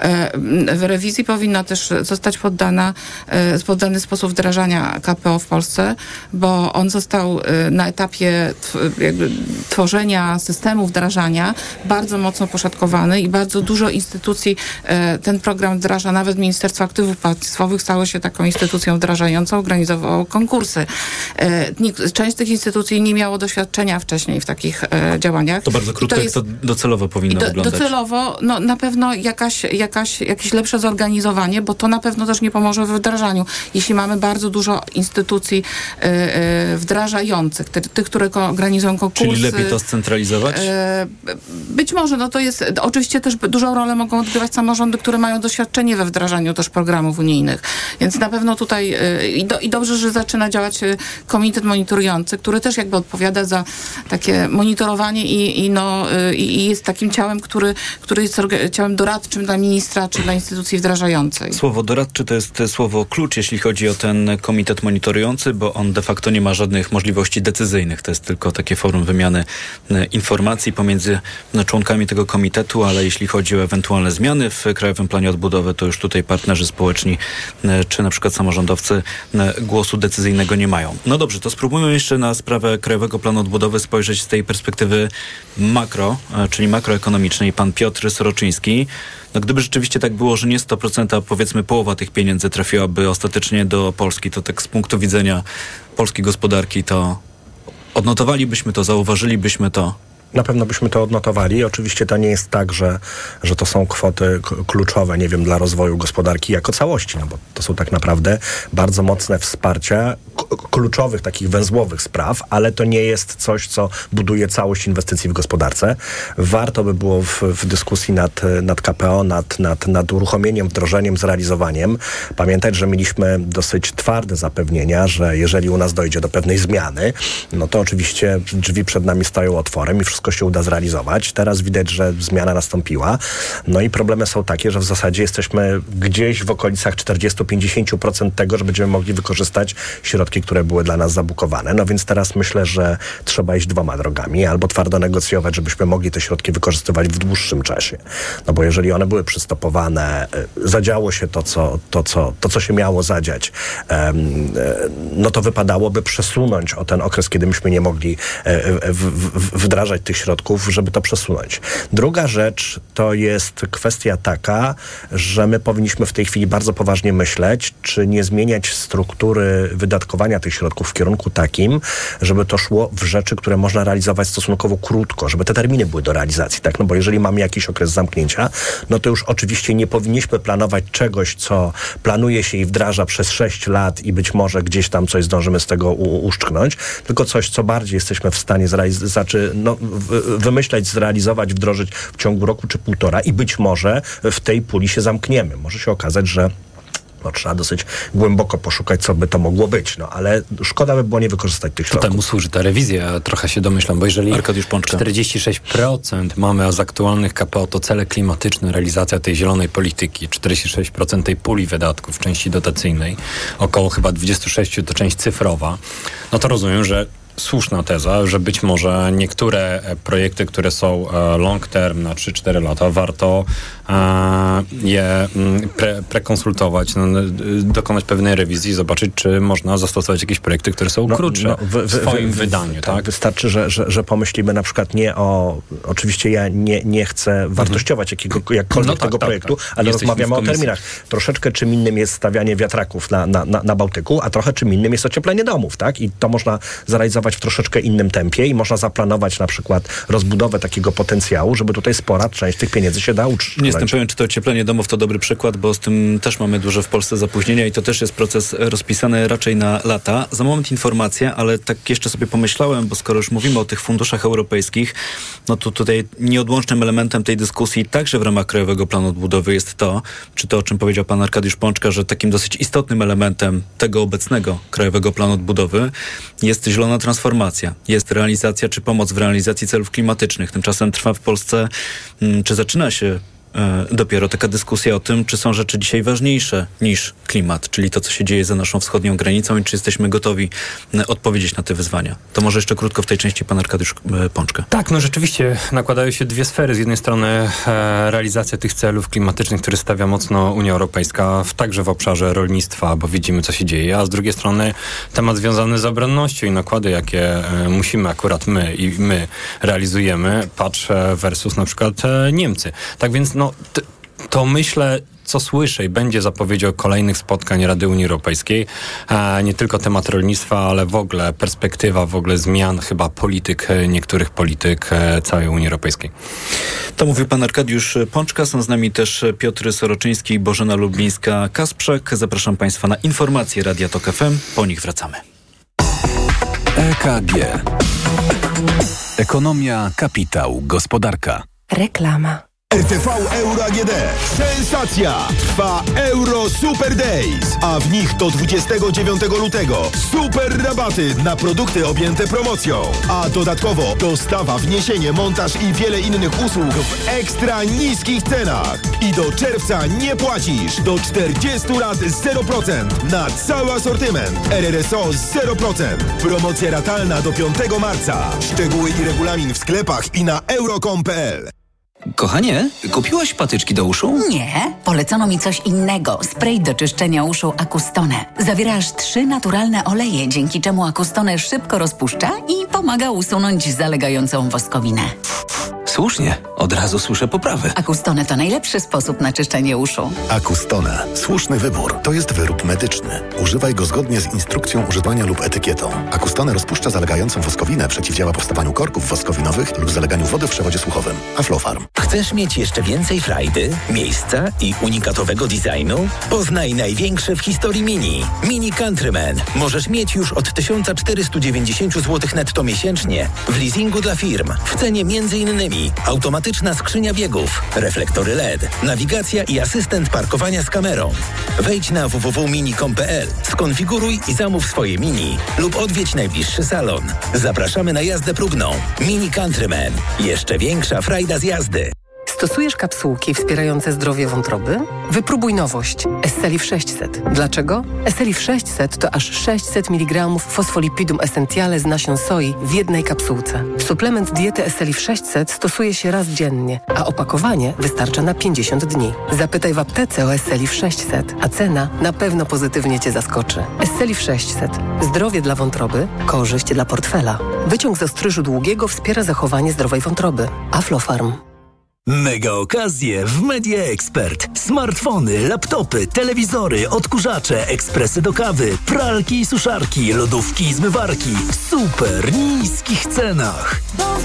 W rewizji powinna też zostać poddana, poddany sposób wdrażania K P O w Polsce, bo on został na etapie jakby tworzenia systemu wdrażania bardzo mocno poszatkowany i bardzo dużo instytucji ten program wdraża. Nawet Ministerstwo Aktywów Państwowych stało się taką instytucją wdrażającą, organizowało konkursy. Część z tych instytucji nie miało doświadczenia wcześniej w takich działaniach. To bardzo krótko, to jest, jak to docelowo powinno do, wyglądać? Docelowo, no na pewno jakaś, jakaś, jakieś lepsze zorganizowanie, bo to na pewno też nie pomoże w wdrażaniu. Jeśli mamy bardzo dużo instytucji y, y, wdrażających, ty, tych, które organizują konkursy. Czyli lepiej to scentralizować? Y, być może, no to jest, oczywiście też dużą rolę mogą odgrywać samorządy, które mają doświadczenie we wdrażaniu też programów unijnych. Więc na pewno tutaj y, i, do, i dobrze, że zaczyna działać y, komitet monitorujący, który też jakby odpowiada za takie monitorowanie i, i, no, y, i jest takim ciałem, który, który jest ciałem doradczym dla ministra czy dla instytucji wdrażającej. Słowo doradczy to jest słowo klucz, jeśli chodzi o ten komitet monitorujący, bo on de facto nie ma żadnych możliwości decyzyjnych. To jest tylko takie forum wymiany informacji pomiędzy członkami tego komitetu, ale jeśli chodzi o ewentualne zmiany w Krajowym Planie Odbudowy, to już tutaj partnerzy społeczni czy na przykład samorządowcy głosu decyzyjnego nie mają. No dobrze, to spróbujmy jeszcze na sprawę Krajowego Planu Odbudowy spojrzeć z tej perspektywy makro, czyli makroekonomicznej. Pan Piotr Soroczyński. No gdyby rzeczywiście tak było, że nie sto procent, a powiedzmy połowa tych pieniędzy trafiłaby ostatecznie do Polski, to tak z punktu widzenia polskiej gospodarki to Odnotowalibyśmy to, zauważylibyśmy to. Na pewno byśmy to odnotowali. Oczywiście to nie jest tak, że, że to są kwoty k- kluczowe, nie wiem, dla rozwoju gospodarki jako całości, no bo to są tak naprawdę bardzo mocne wsparcia k- kluczowych, takich węzłowych spraw, ale to nie jest coś, co buduje całość inwestycji w gospodarce. Warto by było w, w dyskusji nad, nad K P O, nad, nad, nad uruchomieniem, wdrożeniem, zrealizowaniem pamiętać, że mieliśmy dosyć twarde zapewnienia, że jeżeli u nas dojdzie do pewnej zmiany, no to oczywiście drzwi przed nami stoją otworem i wszystko się uda zrealizować. Teraz widać, że zmiana nastąpiła. No i problemy są takie, że w zasadzie jesteśmy gdzieś w okolicach czterdzieści do pięćdziesięciu procent tego, że będziemy mogli wykorzystać środki, które były dla nas zabukowane. No więc teraz myślę, że trzeba iść dwoma drogami. Albo twardo negocjować, żebyśmy mogli te środki wykorzystywać w dłuższym czasie. No bo jeżeli one były przystopowane, zadziało się to, co, to, co, to, co się miało zadziać, no to wypadałoby przesunąć o ten okres, kiedy myśmy nie mogli w, w, wdrażać tych środków, żeby to przesunąć. Druga rzecz to jest kwestia taka, że my powinniśmy w tej chwili bardzo poważnie myśleć, czy nie zmieniać struktury wydatkowania tych środków w kierunku takim, żeby to szło w rzeczy, które można realizować stosunkowo krótko, żeby te terminy były do realizacji, tak? No bo jeżeli mamy jakiś okres zamknięcia, no to już oczywiście nie powinniśmy planować czegoś, co planuje się i wdraża przez sześć lat i być może gdzieś tam coś zdążymy z tego u- uszczknąć, tylko coś, co bardziej jesteśmy w stanie zrealizować, znaczy, no, wymyślać, zrealizować, wdrożyć w ciągu roku czy półtora i być może w tej puli się zamkniemy. Może się okazać, że no, trzeba dosyć głęboko poszukać, co by to mogło być. No, ale szkoda by było nie wykorzystać tych środków. To temu służy ta rewizja, trochę się domyślam, bo jeżeli czterdzieści sześć procent mamy z aktualnych K P O to cele klimatyczne, realizacja tej zielonej polityki, czterdzieści sześć procent tej puli wydatków w części dotacyjnej, około chyba dwadzieścia sześć procent to część cyfrowa, no to rozumiem, że słuszna teza, że być może niektóre projekty, które są long term na trzy cztery lata, warto je pre, prekonsultować, no, dokonać pewnej rewizji i zobaczyć, czy można zastosować jakieś projekty, które są no, krótsze no, w, w, w swoim w, w, wydaniu. Tak, tak? Wystarczy, że, że, że pomyślimy na przykład nie o... Oczywiście ja nie, nie chcę wartościować jakiego, jakkolwiek no, tak, tego tak, projektu, tak, tak. ale Jesteśmy rozmawiamy o terminach. Troszeczkę czym innym jest stawianie wiatraków na, na, na, na Bałtyku, a trochę czym innym jest ocieplenie domów, tak? I to można zrealizować w troszeczkę innym tempie i można zaplanować na przykład rozbudowę takiego potencjału, żeby tutaj spora część tych pieniędzy się da utrzymać. Nie jestem pewien, czy to ocieplenie domów to dobry przykład, bo z tym też mamy duże w Polsce zapóźnienia i to też jest proces rozpisany raczej na lata. Za moment informacja, ale tak jeszcze sobie pomyślałem, bo skoro już mówimy o tych funduszach europejskich, no to tutaj nieodłącznym elementem tej dyskusji także w ramach Krajowego Planu Odbudowy jest to, czy to, o czym powiedział pan Arkadiusz Pączka, że takim dosyć istotnym elementem tego obecnego Krajowego Planu Odbudowy jest zielona transformacja. Jest realizacja czy pomoc w realizacji celów klimatycznych. Tymczasem trwa w Polsce, czy zaczyna się e, dopiero taka dyskusja o tym, czy są rzeczy dzisiaj ważniejsze niż klimat, czyli to, co się dzieje za naszą wschodnią granicą i czy jesteśmy gotowi e, odpowiedzieć na te wyzwania. To może jeszcze krótko w tej części pan Arkadiusz e, Pączka. Tak, no rzeczywiście nakładają się dwie sfery. Z jednej strony e, realizacja tych celów klimatycznych, które stawia mocno Unia Europejska, w, także w obszarze rolnictwa, bo widzimy, co się dzieje, a z drugiej strony temat związany z obronnością i nakłady, jakie e, musimy akurat my i my realizujemy, patrz versus na przykład e, Niemcy. Tak więc no, t- to myślę, co słyszę i będzie zapowiedzią kolejnych spotkań Rady Unii Europejskiej. E, nie tylko temat rolnictwa, ale w ogóle perspektywa w ogóle zmian chyba polityk, niektórych polityk e, całej Unii Europejskiej. To mówił pan Arkadiusz Pączka. Są z nami też Piotr Soroczyński i Bożena Lublińska-Kasprzak. Zapraszam państwa na informacje Radia Tok F M. Po nich wracamy. E K G. Ekonomia, kapitał, gospodarka. Reklama. R T V Euro A G D. Sensacja! Trwa Euro Super Days, a w nich do dwudziestego dziewiątego lutego super rabaty na produkty objęte promocją. A dodatkowo dostawa, wniesienie, montaż i wiele innych usług w ekstra niskich cenach. I do czerwca nie płacisz. Do czterdziestu lat zero procent na cały asortyment. R R S O zero procent. Promocja ratalna do piątego marca. Szczegóły i regulamin w sklepach i na euro kropka com kropka p l. Kochanie, kupiłaś patyczki do uszu? Nie, polecono mi coś innego. Spray do czyszczenia uszu Acustone. Zawiera aż trzy naturalne oleje, dzięki czemu Acustone szybko rozpuszcza i pomaga usunąć zalegającą woskowinę. Słusznie, od razu słyszę poprawy. Acustone to najlepszy sposób na czyszczenie uszu. Acustone. Słuszny wybór. To jest wyrób medyczny. Używaj go zgodnie z instrukcją używania lub etykietą. Acustone rozpuszcza zalegającą woskowinę, przeciwdziała powstawaniu korków woskowinowych lub zaleganiu wody w przewodzie słuchowym. Aflofarm. Chcesz mieć jeszcze więcej frajdy, miejsca i unikatowego designu? Poznaj największe w historii Mini. Mini Countryman. Możesz mieć już od tysiąc czterysta dziewięćdziesiąt złotych netto miesięcznie w leasingu dla firm. W cenie między innymi automatyczna skrzynia biegów, reflektory L E D, nawigacja i asystent parkowania z kamerą. Wejdź na w w w kropka mini kropka com kropka p l, skonfiguruj i zamów swoje Mini lub odwiedź najbliższy salon. Zapraszamy na jazdę próbną. Mini Countryman. Jeszcze większa frajda z jazdy. Stosujesz kapsułki wspierające zdrowie wątroby? Wypróbuj nowość. Esselif sześćset. Dlaczego? Esselif sześćset to aż sześćset miligramów fosfolipidum essentiale z nasion soi w jednej kapsułce. Suplement diety Esselif sześćset stosuje się raz dziennie, a opakowanie wystarcza na pięćdziesiąt dni. Zapytaj w aptece o Esselif sześćset, a cena na pewno pozytywnie Cię zaskoczy. Esselif sześćset. Zdrowie dla wątroby, korzyść dla portfela. Wyciąg z ostryżu długiego wspiera zachowanie zdrowej wątroby. Aflofarm. Mega okazje w Media Expert. Smartfony, laptopy, telewizory, odkurzacze, ekspresy do kawy, pralki i suszarki, lodówki i zmywarki w super niskich cenach.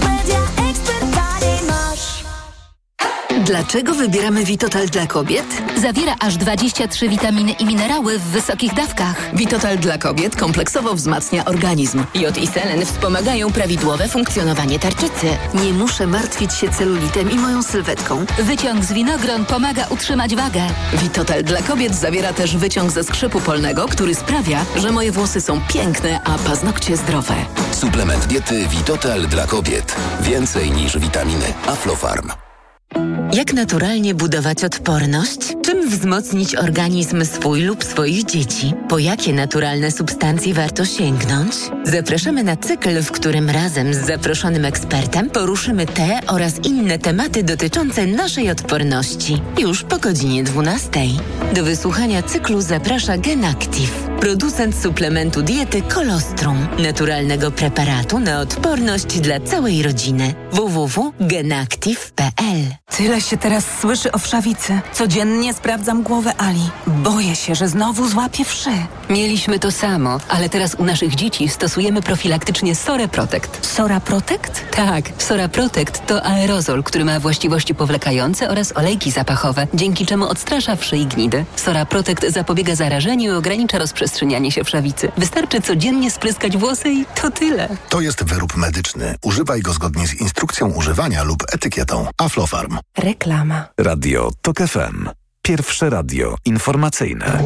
Dlaczego wybieramy Vitotal dla kobiet? Zawiera aż dwadzieścia trzy witaminy i minerały w wysokich dawkach. Vitotal dla kobiet kompleksowo wzmacnia organizm. Jod i selen wspomagają prawidłowe funkcjonowanie tarczycy. Nie muszę martwić się celulitem i moją sylwetką. Wyciąg z winogron pomaga utrzymać wagę. Vitotal dla kobiet zawiera też wyciąg ze skrzypu polnego, który sprawia, że moje włosy są piękne, a paznokcie zdrowe. Suplement diety Vitotal dla kobiet. Więcej niż witaminy. Aflofarm. Jak naturalnie budować odporność? Czym wzmocnić organizm swój lub swoich dzieci? Po jakie naturalne substancje warto sięgnąć? Zapraszamy na cykl, w którym razem z zaproszonym ekspertem poruszymy te oraz inne tematy dotyczące naszej odporności. Już po godzinie dwunastej. Do wysłuchania cyklu zaprasza GenActive, producent suplementu diety Colostrum, naturalnego preparatu na odporność dla całej rodziny. w w w kropka genactive kropka p l. Tyle się teraz słyszy o wszawicy. Codziennie sprawdzam głowę Ali. Boję się, że znowu złapie wszy. Mieliśmy to samo, ale teraz u naszych dzieci stosujemy profilaktycznie Sora Protect. Sora Protect? Tak, Sora Protect to aerozol, który ma właściwości powlekające oraz olejki zapachowe, dzięki czemu odstrasza wszy i gnidy. Sora Protect zapobiega zarażeniu i ogranicza rozprzestrzenianie się wszawicy. Wystarczy codziennie spryskać włosy i to tyle. To jest wyrób medyczny. Używaj go zgodnie z instrukcją używania lub etykietą. Aflofarm. Reklama. Radio TOK F M. Pierwsze radio informacyjne.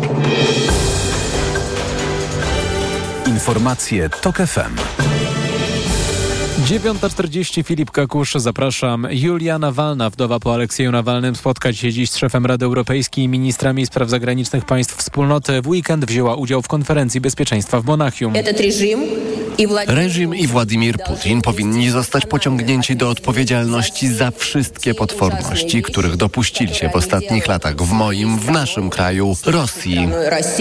Informacje TOK F M. dziewiąta czterdzieści, Filip Kakusz, zapraszam. Julia Nawalna, wdowa po Aleksieju Nawalnym, spotkać się dziś z szefem Rady Europejskiej i ministrami spraw zagranicznych państw wspólnoty. W weekend wzięła udział w konferencji bezpieczeństwa w Monachium. Reżim i Władimir Putin powinni zostać pociągnięci do odpowiedzialności za wszystkie potworności, których dopuścili się w ostatnich latach w moim, w naszym kraju, Rosji.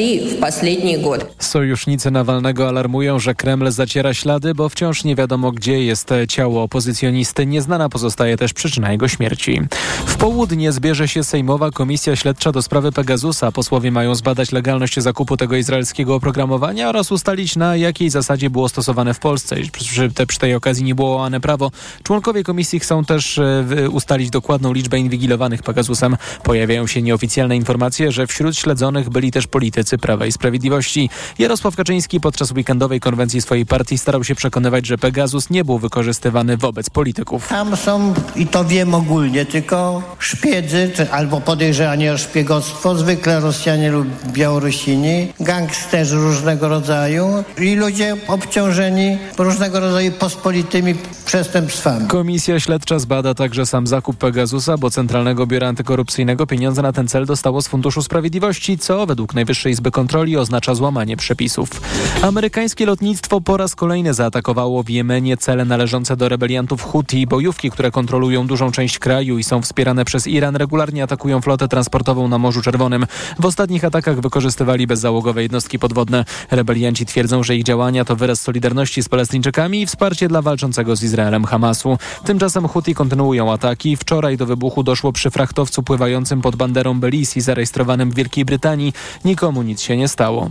Sojusznicy Nawalnego alarmują, że Kreml zaciera ślady, bo wciąż nie wiadomo, gdzie jest ciało opozycjonisty. Nieznana pozostaje też przyczyna jego śmierci. W południe zbierze się Sejmowa Komisja Śledcza do sprawy Pegasusa. Posłowie mają zbadać legalność zakupu tego izraelskiego oprogramowania oraz ustalić, na jakiej zasadzie było stosowane w Polsce. Przy, te, przy tej okazji nie było łamane prawo. Członkowie komisji chcą też y, ustalić dokładną liczbę inwigilowanych Pegasusem. Pojawiają się nieoficjalne informacje, że wśród śledzonych byli też politycy Prawa i Sprawiedliwości. Jarosław Kaczyński podczas weekendowej konwencji swojej partii starał się przekonywać, że Pegasus nie był wykorzystywany wobec polityków. Tam są, i to wiem ogólnie, tylko szpiedzy, czy, albo podejrzewani o szpiegostwo, zwykle Rosjanie lub Białorusini, gangsterzy różnego rodzaju i ludzie obciążeni różnego rodzaju pospolitymi przestępstwami. Komisja Śledcza zbada także sam zakup Pegasusa, bo Centralnego Biura Antykorupcyjnego pieniądze na ten cel dostało z Funduszu Sprawiedliwości, co według Najwyższej Izby Kontroli oznacza złamanie przepisów. Amerykańskie lotnictwo po raz kolejny zaatakowało w Jemenie cele należące do rebeliantów Huti. Bojówki, które kontrolują dużą część kraju i są wspierane przez Iran, regularnie atakują flotę transportową na Morzu Czerwonym. W ostatnich atakach wykorzystywali bezzałogowe jednostki podwodne. Rebelianci twierdzą, że ich działania to wyraz solidarności z Palestyńczykami i wsparcie dla walczącego z Izraelem Hamasu. Tymczasem Huti kontynuują ataki. Wczoraj do wybuchu doszło przy frachtowcu pływającym pod banderą Belize, zarejestrowanym w Wielkiej Brytanii. Nikomu nic się nie stało.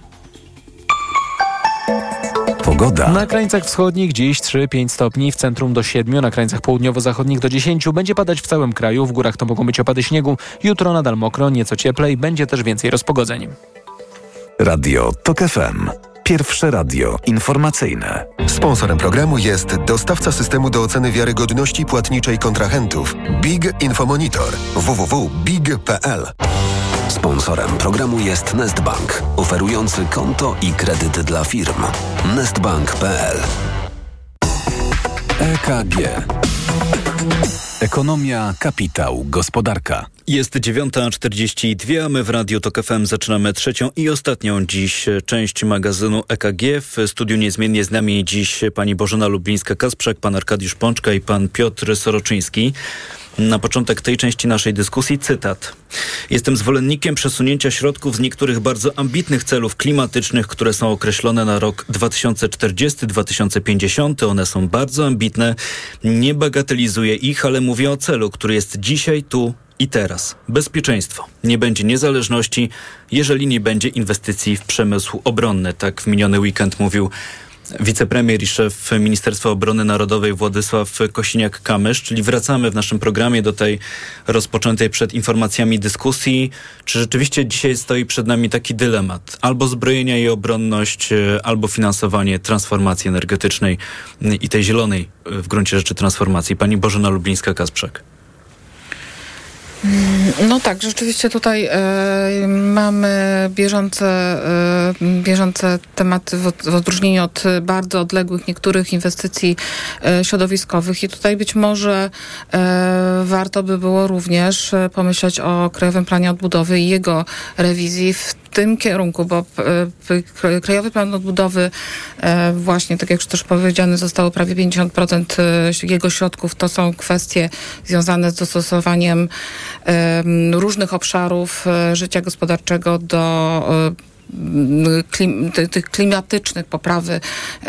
Pogoda. Na krańcach wschodnich dziś trzy do pięciu stopni, w centrum do siedmiu, na krańcach południowo-zachodnich do dziesięciu. Będzie padać w całym kraju, w górach to mogą być opady śniegu. Jutro nadal mokro, nieco cieplej, będzie też więcej rozpogodzeń. Radio TOK F M. Pierwsze radio informacyjne. Sponsorem programu jest dostawca systemu do oceny wiarygodności płatniczej kontrahentów Big Infomonitor w w w kropka big kropka p l. Sponsorem programu jest Nestbank, oferujący konto i kredyty dla firm. nestbank kropka p l. E K G. Ekonomia, kapitał, gospodarka. Jest dziewiąta czterdzieści dwa, a my w Radiu Tok F M zaczynamy trzecią i ostatnią dziś część magazynu E K G. W studiu niezmiennie z nami dziś pani Bożena Lublińska-Kasprzak, pan Arkadiusz Pączka i pan Piotr Soroczyński. Na początek tej części naszej dyskusji cytat. Jestem zwolennikiem przesunięcia środków z niektórych bardzo ambitnych celów klimatycznych, które są określone na rok dwa tysiące czterdziesty do dwa tysiące pięćdziesiątego. One są bardzo ambitne. Nie bagatelizuję ich, ale mówię o celu, który jest dzisiaj, tu i teraz. Bezpieczeństwo. Nie będzie niezależności, jeżeli nie będzie inwestycji w przemysł obronny. Tak w miniony weekend mówił wicepremier i szef Ministerstwa Obrony Narodowej Władysław Kosiniak-Kamysz, czyli wracamy w naszym programie do tej rozpoczętej przed informacjami dyskusji. Czy rzeczywiście dzisiaj stoi przed nami taki dylemat? Albo zbrojenia i obronność, albo finansowanie transformacji energetycznej i tej zielonej w gruncie rzeczy transformacji. Pani Bożena Lublińska-Kasprzak. No tak, rzeczywiście tutaj e, mamy bieżące, e, bieżące tematy w, w odróżnieniu od bardzo odległych niektórych inwestycji e, środowiskowych i tutaj być może e, warto by było również pomyśleć o Krajowym Planie Odbudowy i jego rewizji w tym kierunku, bo e, Krajowy Plan Odbudowy e, właśnie, tak jak już też powiedziane, zostało prawie pięćdziesiąt procent jego środków. To są kwestie związane z dostosowaniem różnych obszarów życia gospodarczego do Klim, tych, tych klimatycznych poprawy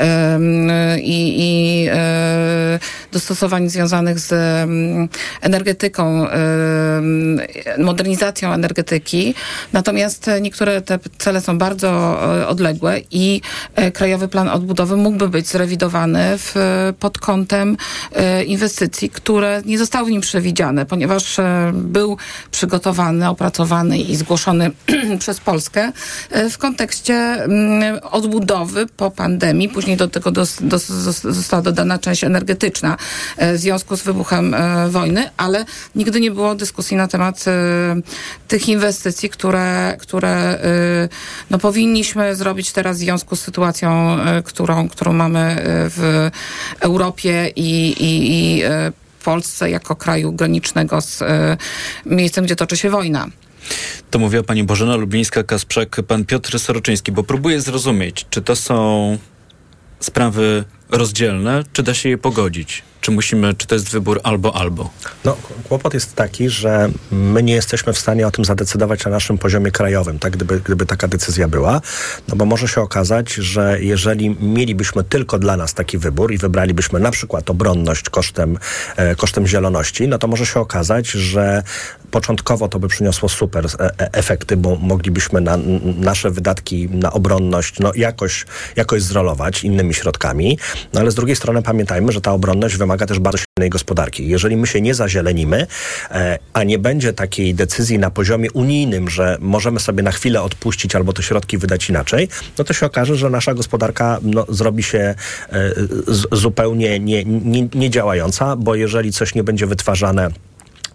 i, i dostosowań związanych z energetyką, modernizacją energetyki. Natomiast niektóre te cele są bardzo odległe i Krajowy Plan Odbudowy mógłby być zrewidowany w, pod kątem inwestycji, które nie zostały w nim przewidziane, ponieważ był przygotowany, opracowany i zgłoszony przez Polskę w kontekście odbudowy po pandemii. Później do tego dos, dos, została dodana część energetyczna w związku z wybuchem wojny, ale nigdy nie było dyskusji na temat tych inwestycji, które, które no, powinniśmy zrobić teraz w związku z sytuacją, którą, którą mamy w Europie i, i, i Polsce jako kraju granicznego z miejscem, gdzie toczy się wojna. To mówiła pani Bożena Lublińska-Kasprzak, pan Piotr Soroczyński, bo próbuję zrozumieć, czy to są sprawy rozdzielne, czy da się je pogodzić? Czy musimy, czy to jest wybór albo, albo? No, kłopot jest taki, że my nie jesteśmy w stanie o tym zadecydować na naszym poziomie krajowym, tak, gdyby, gdyby taka decyzja była, no bo może się okazać, że jeżeli mielibyśmy tylko dla nas taki wybór i wybralibyśmy na przykład obronność kosztem, e, kosztem zieloności, no to może się okazać, że początkowo to by przyniosło super e- efekty, bo moglibyśmy na, nasze wydatki na obronność no, jakoś, jakoś zrolować innymi środkami, no ale z drugiej strony pamiętajmy, że ta obronność wymaga też bardzo silnej gospodarki. Jeżeli my się nie zazielenimy, e, a nie będzie takiej decyzji na poziomie unijnym, że możemy sobie na chwilę odpuścić albo te środki wydać inaczej, no to się okaże, że nasza gospodarka no, zrobi się e, z, zupełnie nie, nie, nie działająca, bo jeżeli coś nie będzie wytwarzane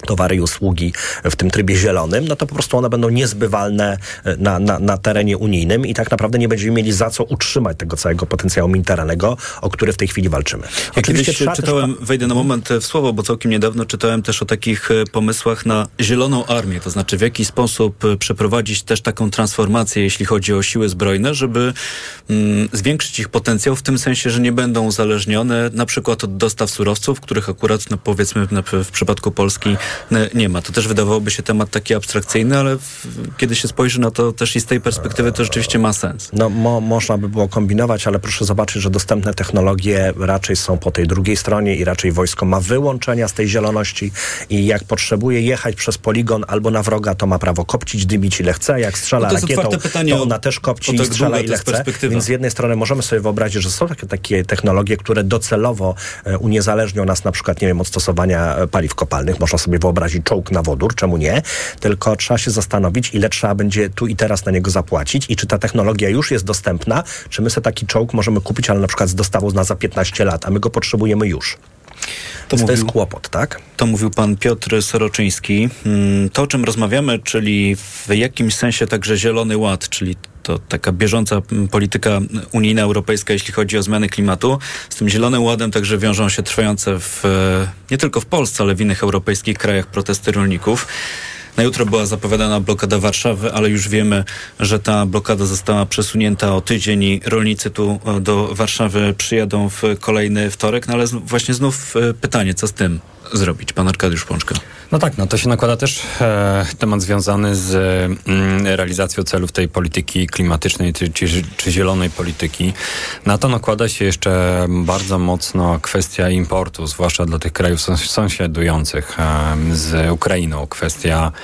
towary i usługi w tym trybie zielonym, no to po prostu one będą niezbywalne na, na, na terenie unijnym i tak naprawdę nie będziemy mieli za co utrzymać tego całego potencjału militarnego, o który w tej chwili walczymy. Ja kiedyś czytałem, też... wejdę na moment w słowo, bo całkiem niedawno czytałem też o takich pomysłach na zieloną armię, to znaczy w jaki sposób przeprowadzić też taką transformację, jeśli chodzi o siły zbrojne, żeby mm, zwiększyć ich potencjał w tym sensie, że nie będą uzależnione na przykład od dostaw surowców, których akurat, no powiedzmy na, w przypadku Polski nie ma. To też wydawałoby się temat taki abstrakcyjny, ale w, kiedy się spojrzy na to też i z tej perspektywy, to rzeczywiście ma sens. No mo, można by było kombinować, ale proszę zobaczyć, że dostępne technologie raczej są po tej drugiej stronie i raczej wojsko ma wyłączenia z tej zieloności i jak potrzebuje jechać przez poligon albo na wroga, to ma prawo kopcić, dymić ile chce. Jak strzela no rakietą, to ona też kopci i strzela ile chce. Więc z jednej strony możemy sobie wyobrazić, że są takie, takie technologie, które docelowo e, uniezależnią nas na przykład, nie wiem, od stosowania paliw kopalnych. Można sobie wyobrazić czołg na wodór, czemu nie? Tylko trzeba się zastanowić, ile trzeba będzie tu i teraz na niego zapłacić i czy ta technologia już jest dostępna, czy my sobie taki czołg możemy kupić, ale na przykład z dostawą na za piętnaście lat, a my go potrzebujemy już. To, mówił, to jest kłopot, tak? To mówił pan Piotr Soroczyński. To, o czym rozmawiamy, czyli w jakimś sensie także Zielony Ład, czyli to taka bieżąca polityka unijna, europejska, jeśli chodzi o zmiany klimatu. Z tym Zielonym Ładem także wiążą się trwające w, nie tylko w Polsce, ale w innych europejskich krajach protesty rolników. Na jutro była zapowiadana blokada Warszawy, ale już wiemy, że ta blokada została przesunięta o tydzień i rolnicy tu do Warszawy przyjadą w kolejny wtorek. No ale właśnie znów pytanie, co z tym zrobić? Pan Arkadiusz Pączka. No tak, no to się nakłada też e, temat związany z mm, realizacją celów tej polityki klimatycznej czy, czy, czy zielonej polityki. Na to nakłada się jeszcze bardzo mocno kwestia importu, zwłaszcza dla tych krajów sąs- sąsiadujących e, z Ukrainą. Kwestia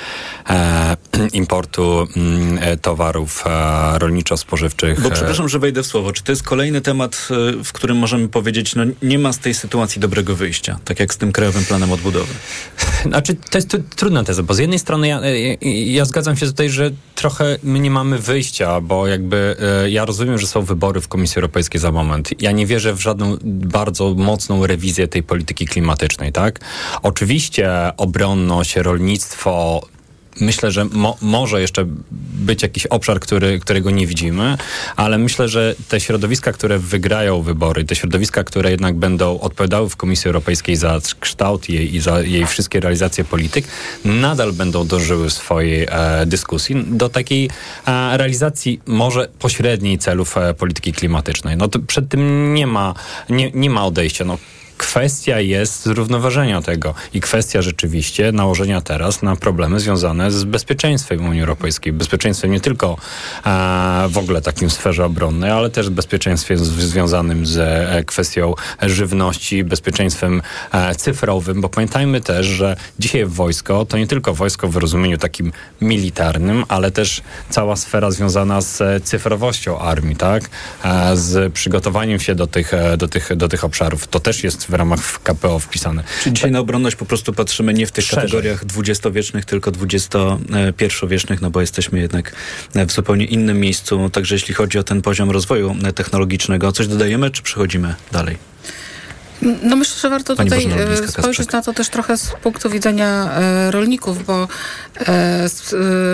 e, importu e, towarów e, rolniczo-spożywczych. Bo przepraszam, że wejdę w słowo. Czy to jest kolejny temat, e, w którym możemy powiedzieć, no nie ma z tej sytuacji dobrego wyjścia, tak jak z tym Krajowym Planem Odbudowy? Znaczy, to jest t- trudna teza, bo z jednej strony ja, ja, ja zgadzam się tutaj, że trochę my nie mamy wyjścia, bo jakby e, ja rozumiem, że są wybory w Komisji Europejskiej za moment. Ja nie wierzę w żadną bardzo mocną rewizję tej polityki klimatycznej, tak? Oczywiście obronność, rolnictwo, myślę, że mo- może jeszcze być jakiś obszar, który, którego nie widzimy, ale myślę, że te środowiska, które wygrają wybory, te środowiska, które jednak będą odpowiadały w Komisji Europejskiej za kształt jej i za jej wszystkie realizacje polityk, nadal będą dążyły w swojej e, dyskusji do takiej e, realizacji może pośredniej celów e, polityki klimatycznej. No to przed tym nie ma, nie, nie ma odejścia. No, kwestia jest zrównoważenia tego i kwestia rzeczywiście nałożenia teraz na problemy związane z bezpieczeństwem Unii Europejskiej. Bezpieczeństwem nie tylko e, w ogóle takim w sferze obronnej, ale też bezpieczeństwem z, związanym z e, kwestią żywności, bezpieczeństwem e, cyfrowym, bo pamiętajmy też, że dzisiaj wojsko to nie tylko wojsko w rozumieniu takim militarnym, ale też cała sfera związana z e, cyfrowością armii, tak? E, z przygotowaniem się do tych, e, do tych, do tych obszarów. To też jest w ramach K P O wpisane. Czyli dzisiaj na obronność po prostu patrzymy nie w tych Szerzej. kategoriach dwudziestowiecznych, tylko dwudziestopierwowiecznych, no bo jesteśmy jednak w zupełnie innym miejscu, także jeśli chodzi o ten poziom rozwoju technologicznego. Coś dodajemy, czy przechodzimy dalej? No myślę, że warto Pani tutaj Bożena spojrzeć Olińska-Kasprzak. na to też trochę z punktu widzenia e, rolników, bo e, s,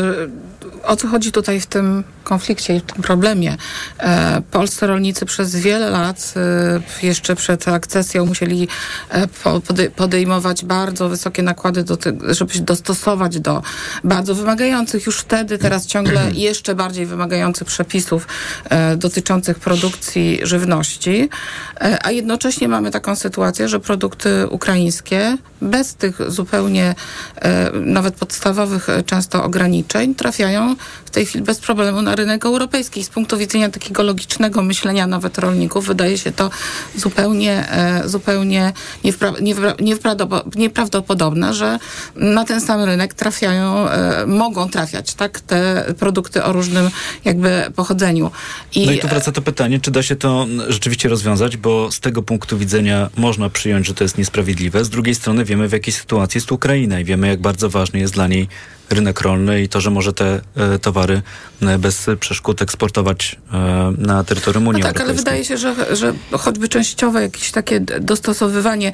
e, o co chodzi tutaj w tym konflikcie i w tym problemie? E, polscy rolnicy przez wiele lat, e, jeszcze przed akcesją, musieli e, pode, podejmować bardzo wysokie nakłady, do te, żeby się dostosować do bardzo wymagających już wtedy, teraz ciągle jeszcze bardziej wymagających przepisów e, dotyczących produkcji żywności, e, a jednocześnie mamy taką sytuację, że produkty ukraińskie bez tych zupełnie e, nawet podstawowych e, często ograniczeń trafiają w tej chwili bez problemu na rynek europejski. Z punktu widzenia takiego logicznego myślenia nawet rolników wydaje się to zupełnie, e, zupełnie niewpra- niewpra- niewpra- nieprawdopodobne, że na ten sam rynek trafiają, e, mogą trafiać tak te produkty o różnym jakby pochodzeniu. I, no i tu wraca to pytanie, czy da się to rzeczywiście rozwiązać, bo z tego punktu widzenia można przyjąć, że to jest niesprawiedliwe. Z drugiej strony wiemy, w jakiej sytuacji jest Ukraina i wiemy, jak bardzo ważny jest dla niej rynek rolny i to, że może te e, towary e, bez przeszkód eksportować e, na terytorium Unii no tak, Europejskiej. Ale wydaje się, że, że choćby częściowe jakieś takie dostosowywanie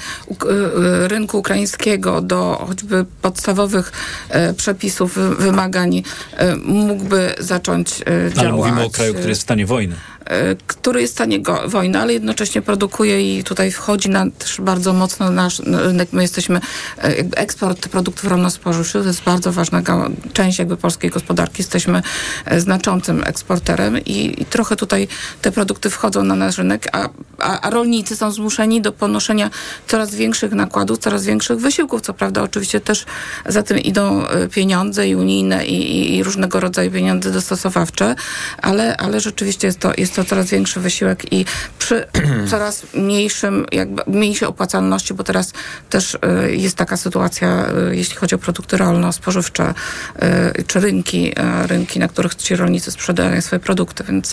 rynku ukraińskiego do choćby podstawowych e, przepisów, wymagań e, mógłby zacząć e, działać. Ale mówimy o kraju, który jest w stanie wojny. który jest w stanie go, wojny, ale jednocześnie produkuje i tutaj wchodzi na, też bardzo mocno nasz rynek. My jesteśmy, eksport produktów rolno-spożywczych to jest bardzo ważna część jakby polskiej gospodarki. Jesteśmy znaczącym eksporterem i, i trochę tutaj te produkty wchodzą na nasz rynek, a, a, a rolnicy są zmuszeni do ponoszenia coraz większych nakładów, coraz większych wysiłków. Co prawda oczywiście też za tym idą pieniądze i unijne i, i, i różnego rodzaju pieniądze dostosowawcze, ale, ale rzeczywiście jest to, jest to coraz większy wysiłek i przy coraz mniejszym, jakby mniejszej opłacalności, bo teraz też y, jest taka sytuacja, y, jeśli chodzi o produkty rolno-spożywcze, y, czy rynki, y, rynki, na których ci rolnicy sprzedają swoje produkty, więc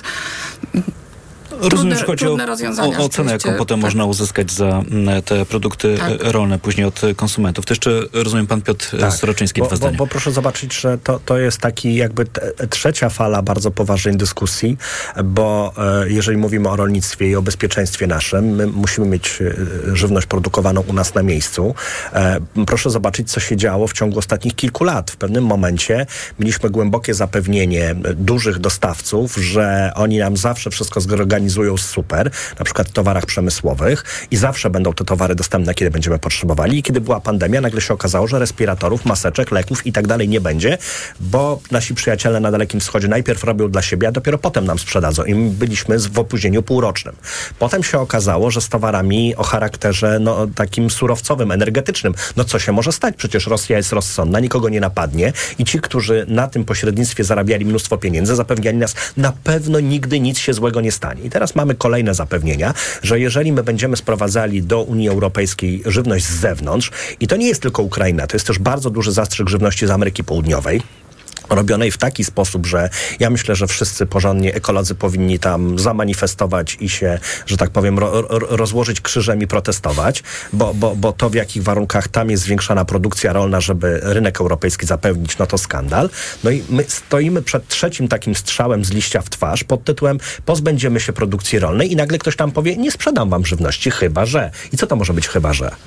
Rozumiem, że chodzi o, o, o cenę, jaką potem tak. można uzyskać za te produkty tak. rolne później od konsumentów. To jeszcze, rozumiem, pan Piotr tak. Soroczyński, bo, dwa zdania. Bo, bo proszę zobaczyć, że to, to jest taki jakby t- trzecia fala bardzo poważnej dyskusji, bo e, jeżeli mówimy o rolnictwie i o bezpieczeństwie naszym, my musimy mieć e, żywność produkowaną u nas na miejscu. E, proszę zobaczyć, co się działo w ciągu ostatnich kilku lat. W pewnym momencie mieliśmy głębokie zapewnienie dużych dostawców, że oni nam zawsze wszystko zorganizują super, na przykład w towarach przemysłowych i zawsze będą te towary dostępne, kiedy będziemy potrzebowali. I kiedy była pandemia, nagle się okazało, że respiratorów, maseczek, leków i tak dalej nie będzie, bo nasi przyjaciele na Dalekim Wschodzie najpierw robią dla siebie, a dopiero potem nam sprzedadzą. I my byliśmy w opóźnieniu półrocznym. Potem się okazało, że z towarami o charakterze no, takim surowcowym, energetycznym, no co się może stać? Przecież Rosja jest rozsądna, nikogo nie napadnie i ci, którzy na tym pośrednictwie zarabiali mnóstwo pieniędzy, zapewniali nas, na pewno nigdy nic się złego nie stanie. I teraz mamy kolejne zapewnienia, że jeżeli my będziemy sprowadzali do Unii Europejskiej żywność z zewnątrz, i to nie jest tylko Ukraina, to jest też bardzo duży zastrzyk żywności z Ameryki Południowej, robionej w taki sposób, że ja myślę, że wszyscy porządnie ekolodzy powinni tam zamanifestować i się, że tak powiem, ro, ro, rozłożyć krzyżem i protestować, bo, bo, bo to, w jakich warunkach tam jest zwiększana produkcja rolna, żeby rynek europejski zapewnić, no to skandal. No i my stoimy przed trzecim takim strzałem z liścia w twarz pod tytułem pozbędziemy się produkcji rolnej i nagle ktoś tam powie, nie sprzedam wam żywności, chyba że. I co to może być chyba że?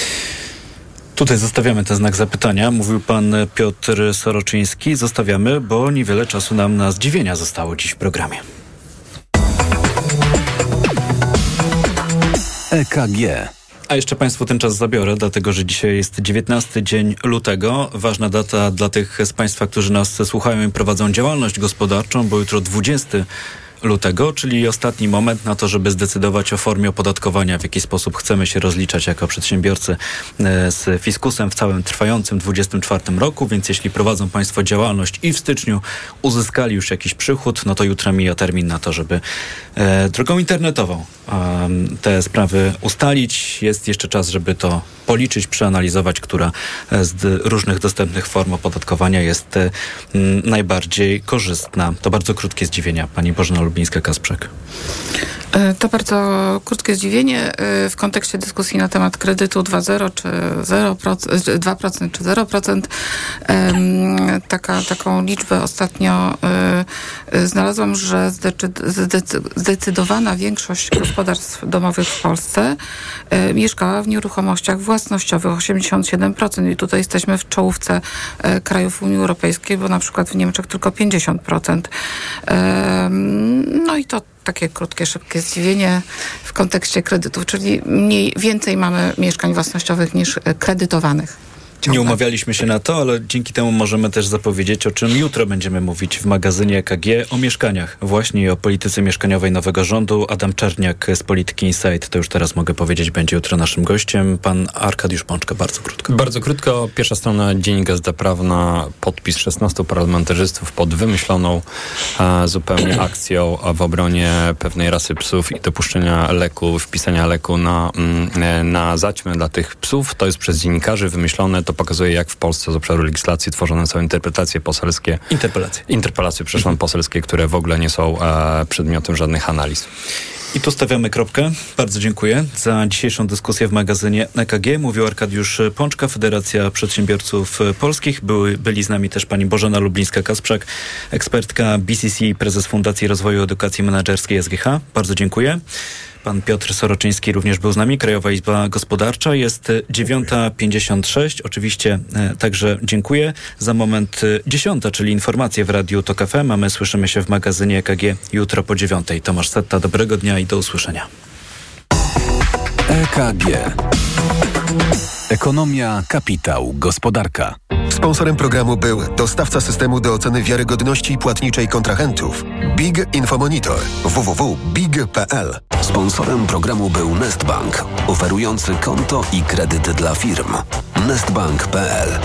Tutaj zostawiamy ten znak zapytania. Mówił pan Piotr Soroczyński. Zostawiamy, bo niewiele czasu nam na zdziwienia zostało dziś w programie. E K G. A jeszcze państwu ten czas zabiorę, dlatego że dzisiaj jest dziewiętnasty dzień lutego. Ważna data dla tych z państwa, którzy nas słuchają i prowadzą działalność gospodarczą, bo jutro dwudziestego lutego, czyli ostatni moment na to, żeby zdecydować o formie opodatkowania, w jaki sposób chcemy się rozliczać jako przedsiębiorcy z fiskusem w całym trwającym dwudziestym czwartym roku, więc jeśli prowadzą państwo działalność i w styczniu uzyskali już jakiś przychód, no to jutro mija termin na to, żeby e, drogą internetową e, te sprawy ustalić. Jest jeszcze czas, żeby to policzyć, przeanalizować, która z różnych dostępnych form opodatkowania jest e, m, najbardziej korzystna. To bardzo krótkie zdziwienia. Pani Bożena Lubińska-Kasprzak. To bardzo krótkie zdziwienie w kontekście dyskusji na temat kredytu dwa zero czy zero procent, dwa procent czy zero procent. Taka, taką liczbę ostatnio znalazłam, że zdecydowana większość gospodarstw domowych w Polsce mieszkała w nieruchomościach własnościowych, osiemdziesiąt siedem procent. I tutaj jesteśmy w czołówce krajów Unii Europejskiej, bo na przykład w Niemczech tylko pięćdziesiąt procent. No i to takie krótkie, szybkie zdziwienie w kontekście kredytów, czyli mniej, więcej mamy mieszkań własnościowych niż kredytowanych. Ciągle. Nie umawialiśmy się na to, ale dzięki temu możemy też zapowiedzieć, o czym jutro będziemy mówić w magazynie E K G, o mieszkaniach, właśnie i o polityce mieszkaniowej nowego rządu. Adam Czerniak z Polityki Insight, to już teraz mogę powiedzieć, będzie jutro naszym gościem. Pan Arkadiusz Pączka, bardzo krótko. Bardzo krótko. Pierwsza strona Dzień Gazeta Prawna, podpis szesnastu parlamentarzystów pod wymyśloną e, zupełnie akcją w obronie pewnej rasy psów i dopuszczenia leku, wpisania leku na, mm, na zaćmę dla tych psów. To jest przez dziennikarzy wymyślone. To pokazuje, jak w Polsce z obszaru legislacji tworzone są interpretacje poselskie. Interpelacje. Interpelacje, przepraszam, mhm. poselskie, które w ogóle nie są e, przedmiotem żadnych analiz. I tu stawiamy kropkę. Bardzo dziękuję za dzisiejszą dyskusję w magazynie E K G. Mówił Arkadiusz Pączka, Federacja Przedsiębiorców Polskich. Były, byli z nami też pani Bożena Lublińska-Kasprzak, ekspertka B C C, prezes Fundacji Rozwoju Edukacji Menedżerskiej S G H. Bardzo dziękuję. Pan Piotr Soroczyński również był z nami, Krajowa Izba Gospodarcza. Jest dziewiąta pięćdziesiąt sześć. Oczywiście e, także dziękuję. Za moment dziesiąta, czyli informacje w Radiu Tok F M, a my słyszymy się w magazynie E K G jutro po dziewiątej. Tomasz Setta, dobrego dnia i do usłyszenia. E K G. Ekonomia, kapitał, gospodarka. Sponsorem programu był dostawca systemu do oceny wiarygodności płatniczej kontrahentów Big Infomonitor w w w kropka big kropka p l. Sponsorem programu był Nestbank, oferujący konto i kredyt dla firm. nestbank kropka p l.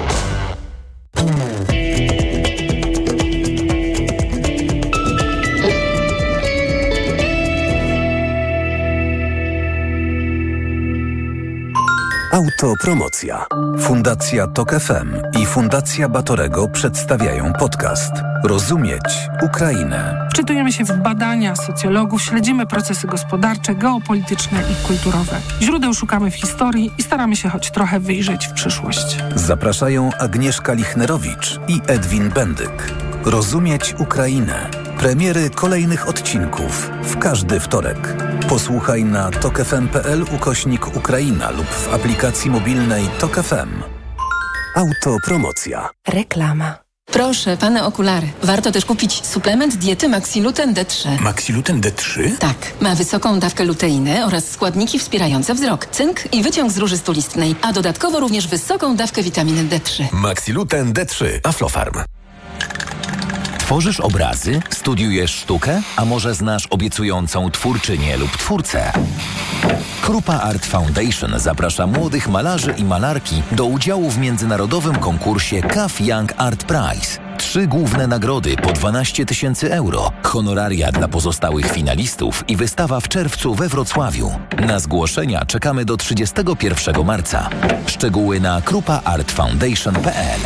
Autopromocja. Fundacja Tok F M i Fundacja Batorego przedstawiają podcast Rozumieć Ukrainę. Wczytujemy się w badania socjologów, śledzimy procesy gospodarcze, geopolityczne i kulturowe. Źródeł szukamy w historii i staramy się choć trochę wyjrzeć w przyszłość. Zapraszają Agnieszka Lichnerowicz i Edwin Bendyk. Rozumieć Ukrainę. Premiery kolejnych odcinków w każdy wtorek. Posłuchaj na tok f m kropka p l ukośnik Ukraina lub w aplikacji mobilnej Tok F M. Autopromocja. Reklama. Proszę, pane okulary. Warto też kupić suplement diety Maxiluten D trzy. Maxiluten D trzy? Tak. Ma wysoką dawkę luteiny oraz składniki wspierające wzrok, cynk i wyciąg z róży stulistnej, a dodatkowo również wysoką dawkę witaminy D trzy. Maxiluten D trzy. Aflofarm. Tworzysz obrazy? Studiujesz sztukę? A może znasz obiecującą twórczynię lub twórcę? Krupa Art Foundation zaprasza młodych malarzy i malarki do udziału w międzynarodowym konkursie K A F Young Art Prize. Trzy główne nagrody po dwanaście tysięcy euro, honoraria dla pozostałych finalistów i wystawa w czerwcu we Wrocławiu. Na zgłoszenia czekamy do trzydziestego pierwszego marca. Szczegóły na krupa art foundation kropka p l.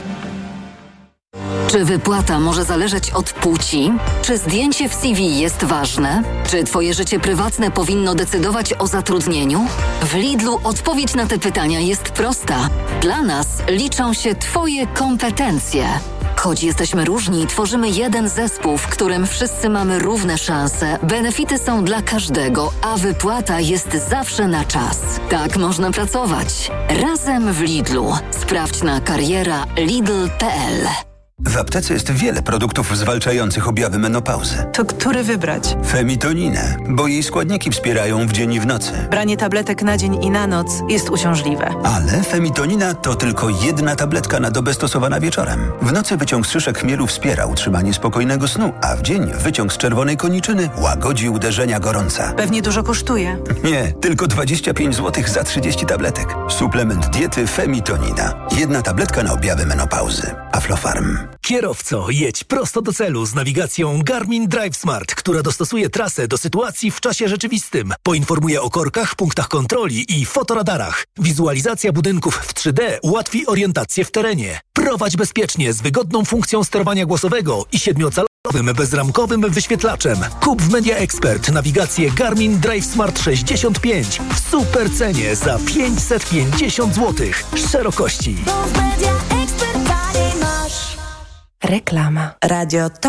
Czy wypłata może zależeć od płci? Czy zdjęcie w C V jest ważne? Czy twoje życie prywatne powinno decydować o zatrudnieniu? W Lidlu odpowiedź na te pytania jest prosta. Dla nas liczą się twoje kompetencje. Choć jesteśmy różni, tworzymy jeden zespół, w którym wszyscy mamy równe szanse, benefity są dla każdego, a wypłata jest zawsze na czas. Tak można pracować. Razem w Lidlu. Sprawdź na kariera lidl kropka p l. W aptece jest wiele produktów zwalczających objawy menopauzy. To który wybrać? Femitoninę, bo jej składniki wspierają w dzień i w nocy. Branie tabletek na dzień i na noc jest uciążliwe. Ale femitonina to tylko jedna tabletka na dobę stosowana wieczorem. W nocy wyciąg z szyszek chmielu wspiera utrzymanie spokojnego snu, a w dzień wyciąg z czerwonej koniczyny łagodzi uderzenia gorąca. Pewnie dużo kosztuje. Nie, tylko dwadzieścia pięć złotych za trzydzieści tabletek. Suplement diety Femitonina. Jedna tabletka na objawy menopauzy. Aflofarm. Kierowco, jedź prosto do celu z nawigacją Garmin Drive Smart, która dostosuje trasę do sytuacji w czasie rzeczywistym. Poinformuje o korkach, punktach kontroli i fotoradarach. Wizualizacja budynków w trzy D ułatwi orientację w terenie. Prowadź bezpiecznie z wygodną funkcją sterowania głosowego i siedmiocalowym bezramkowym wyświetlaczem. Kup w Media Expert nawigację Garmin Drive Smart sześćdziesiąt pięć w super cenie za pięćset pięćdziesiąt złotych. Szerokości. Reklama. Radio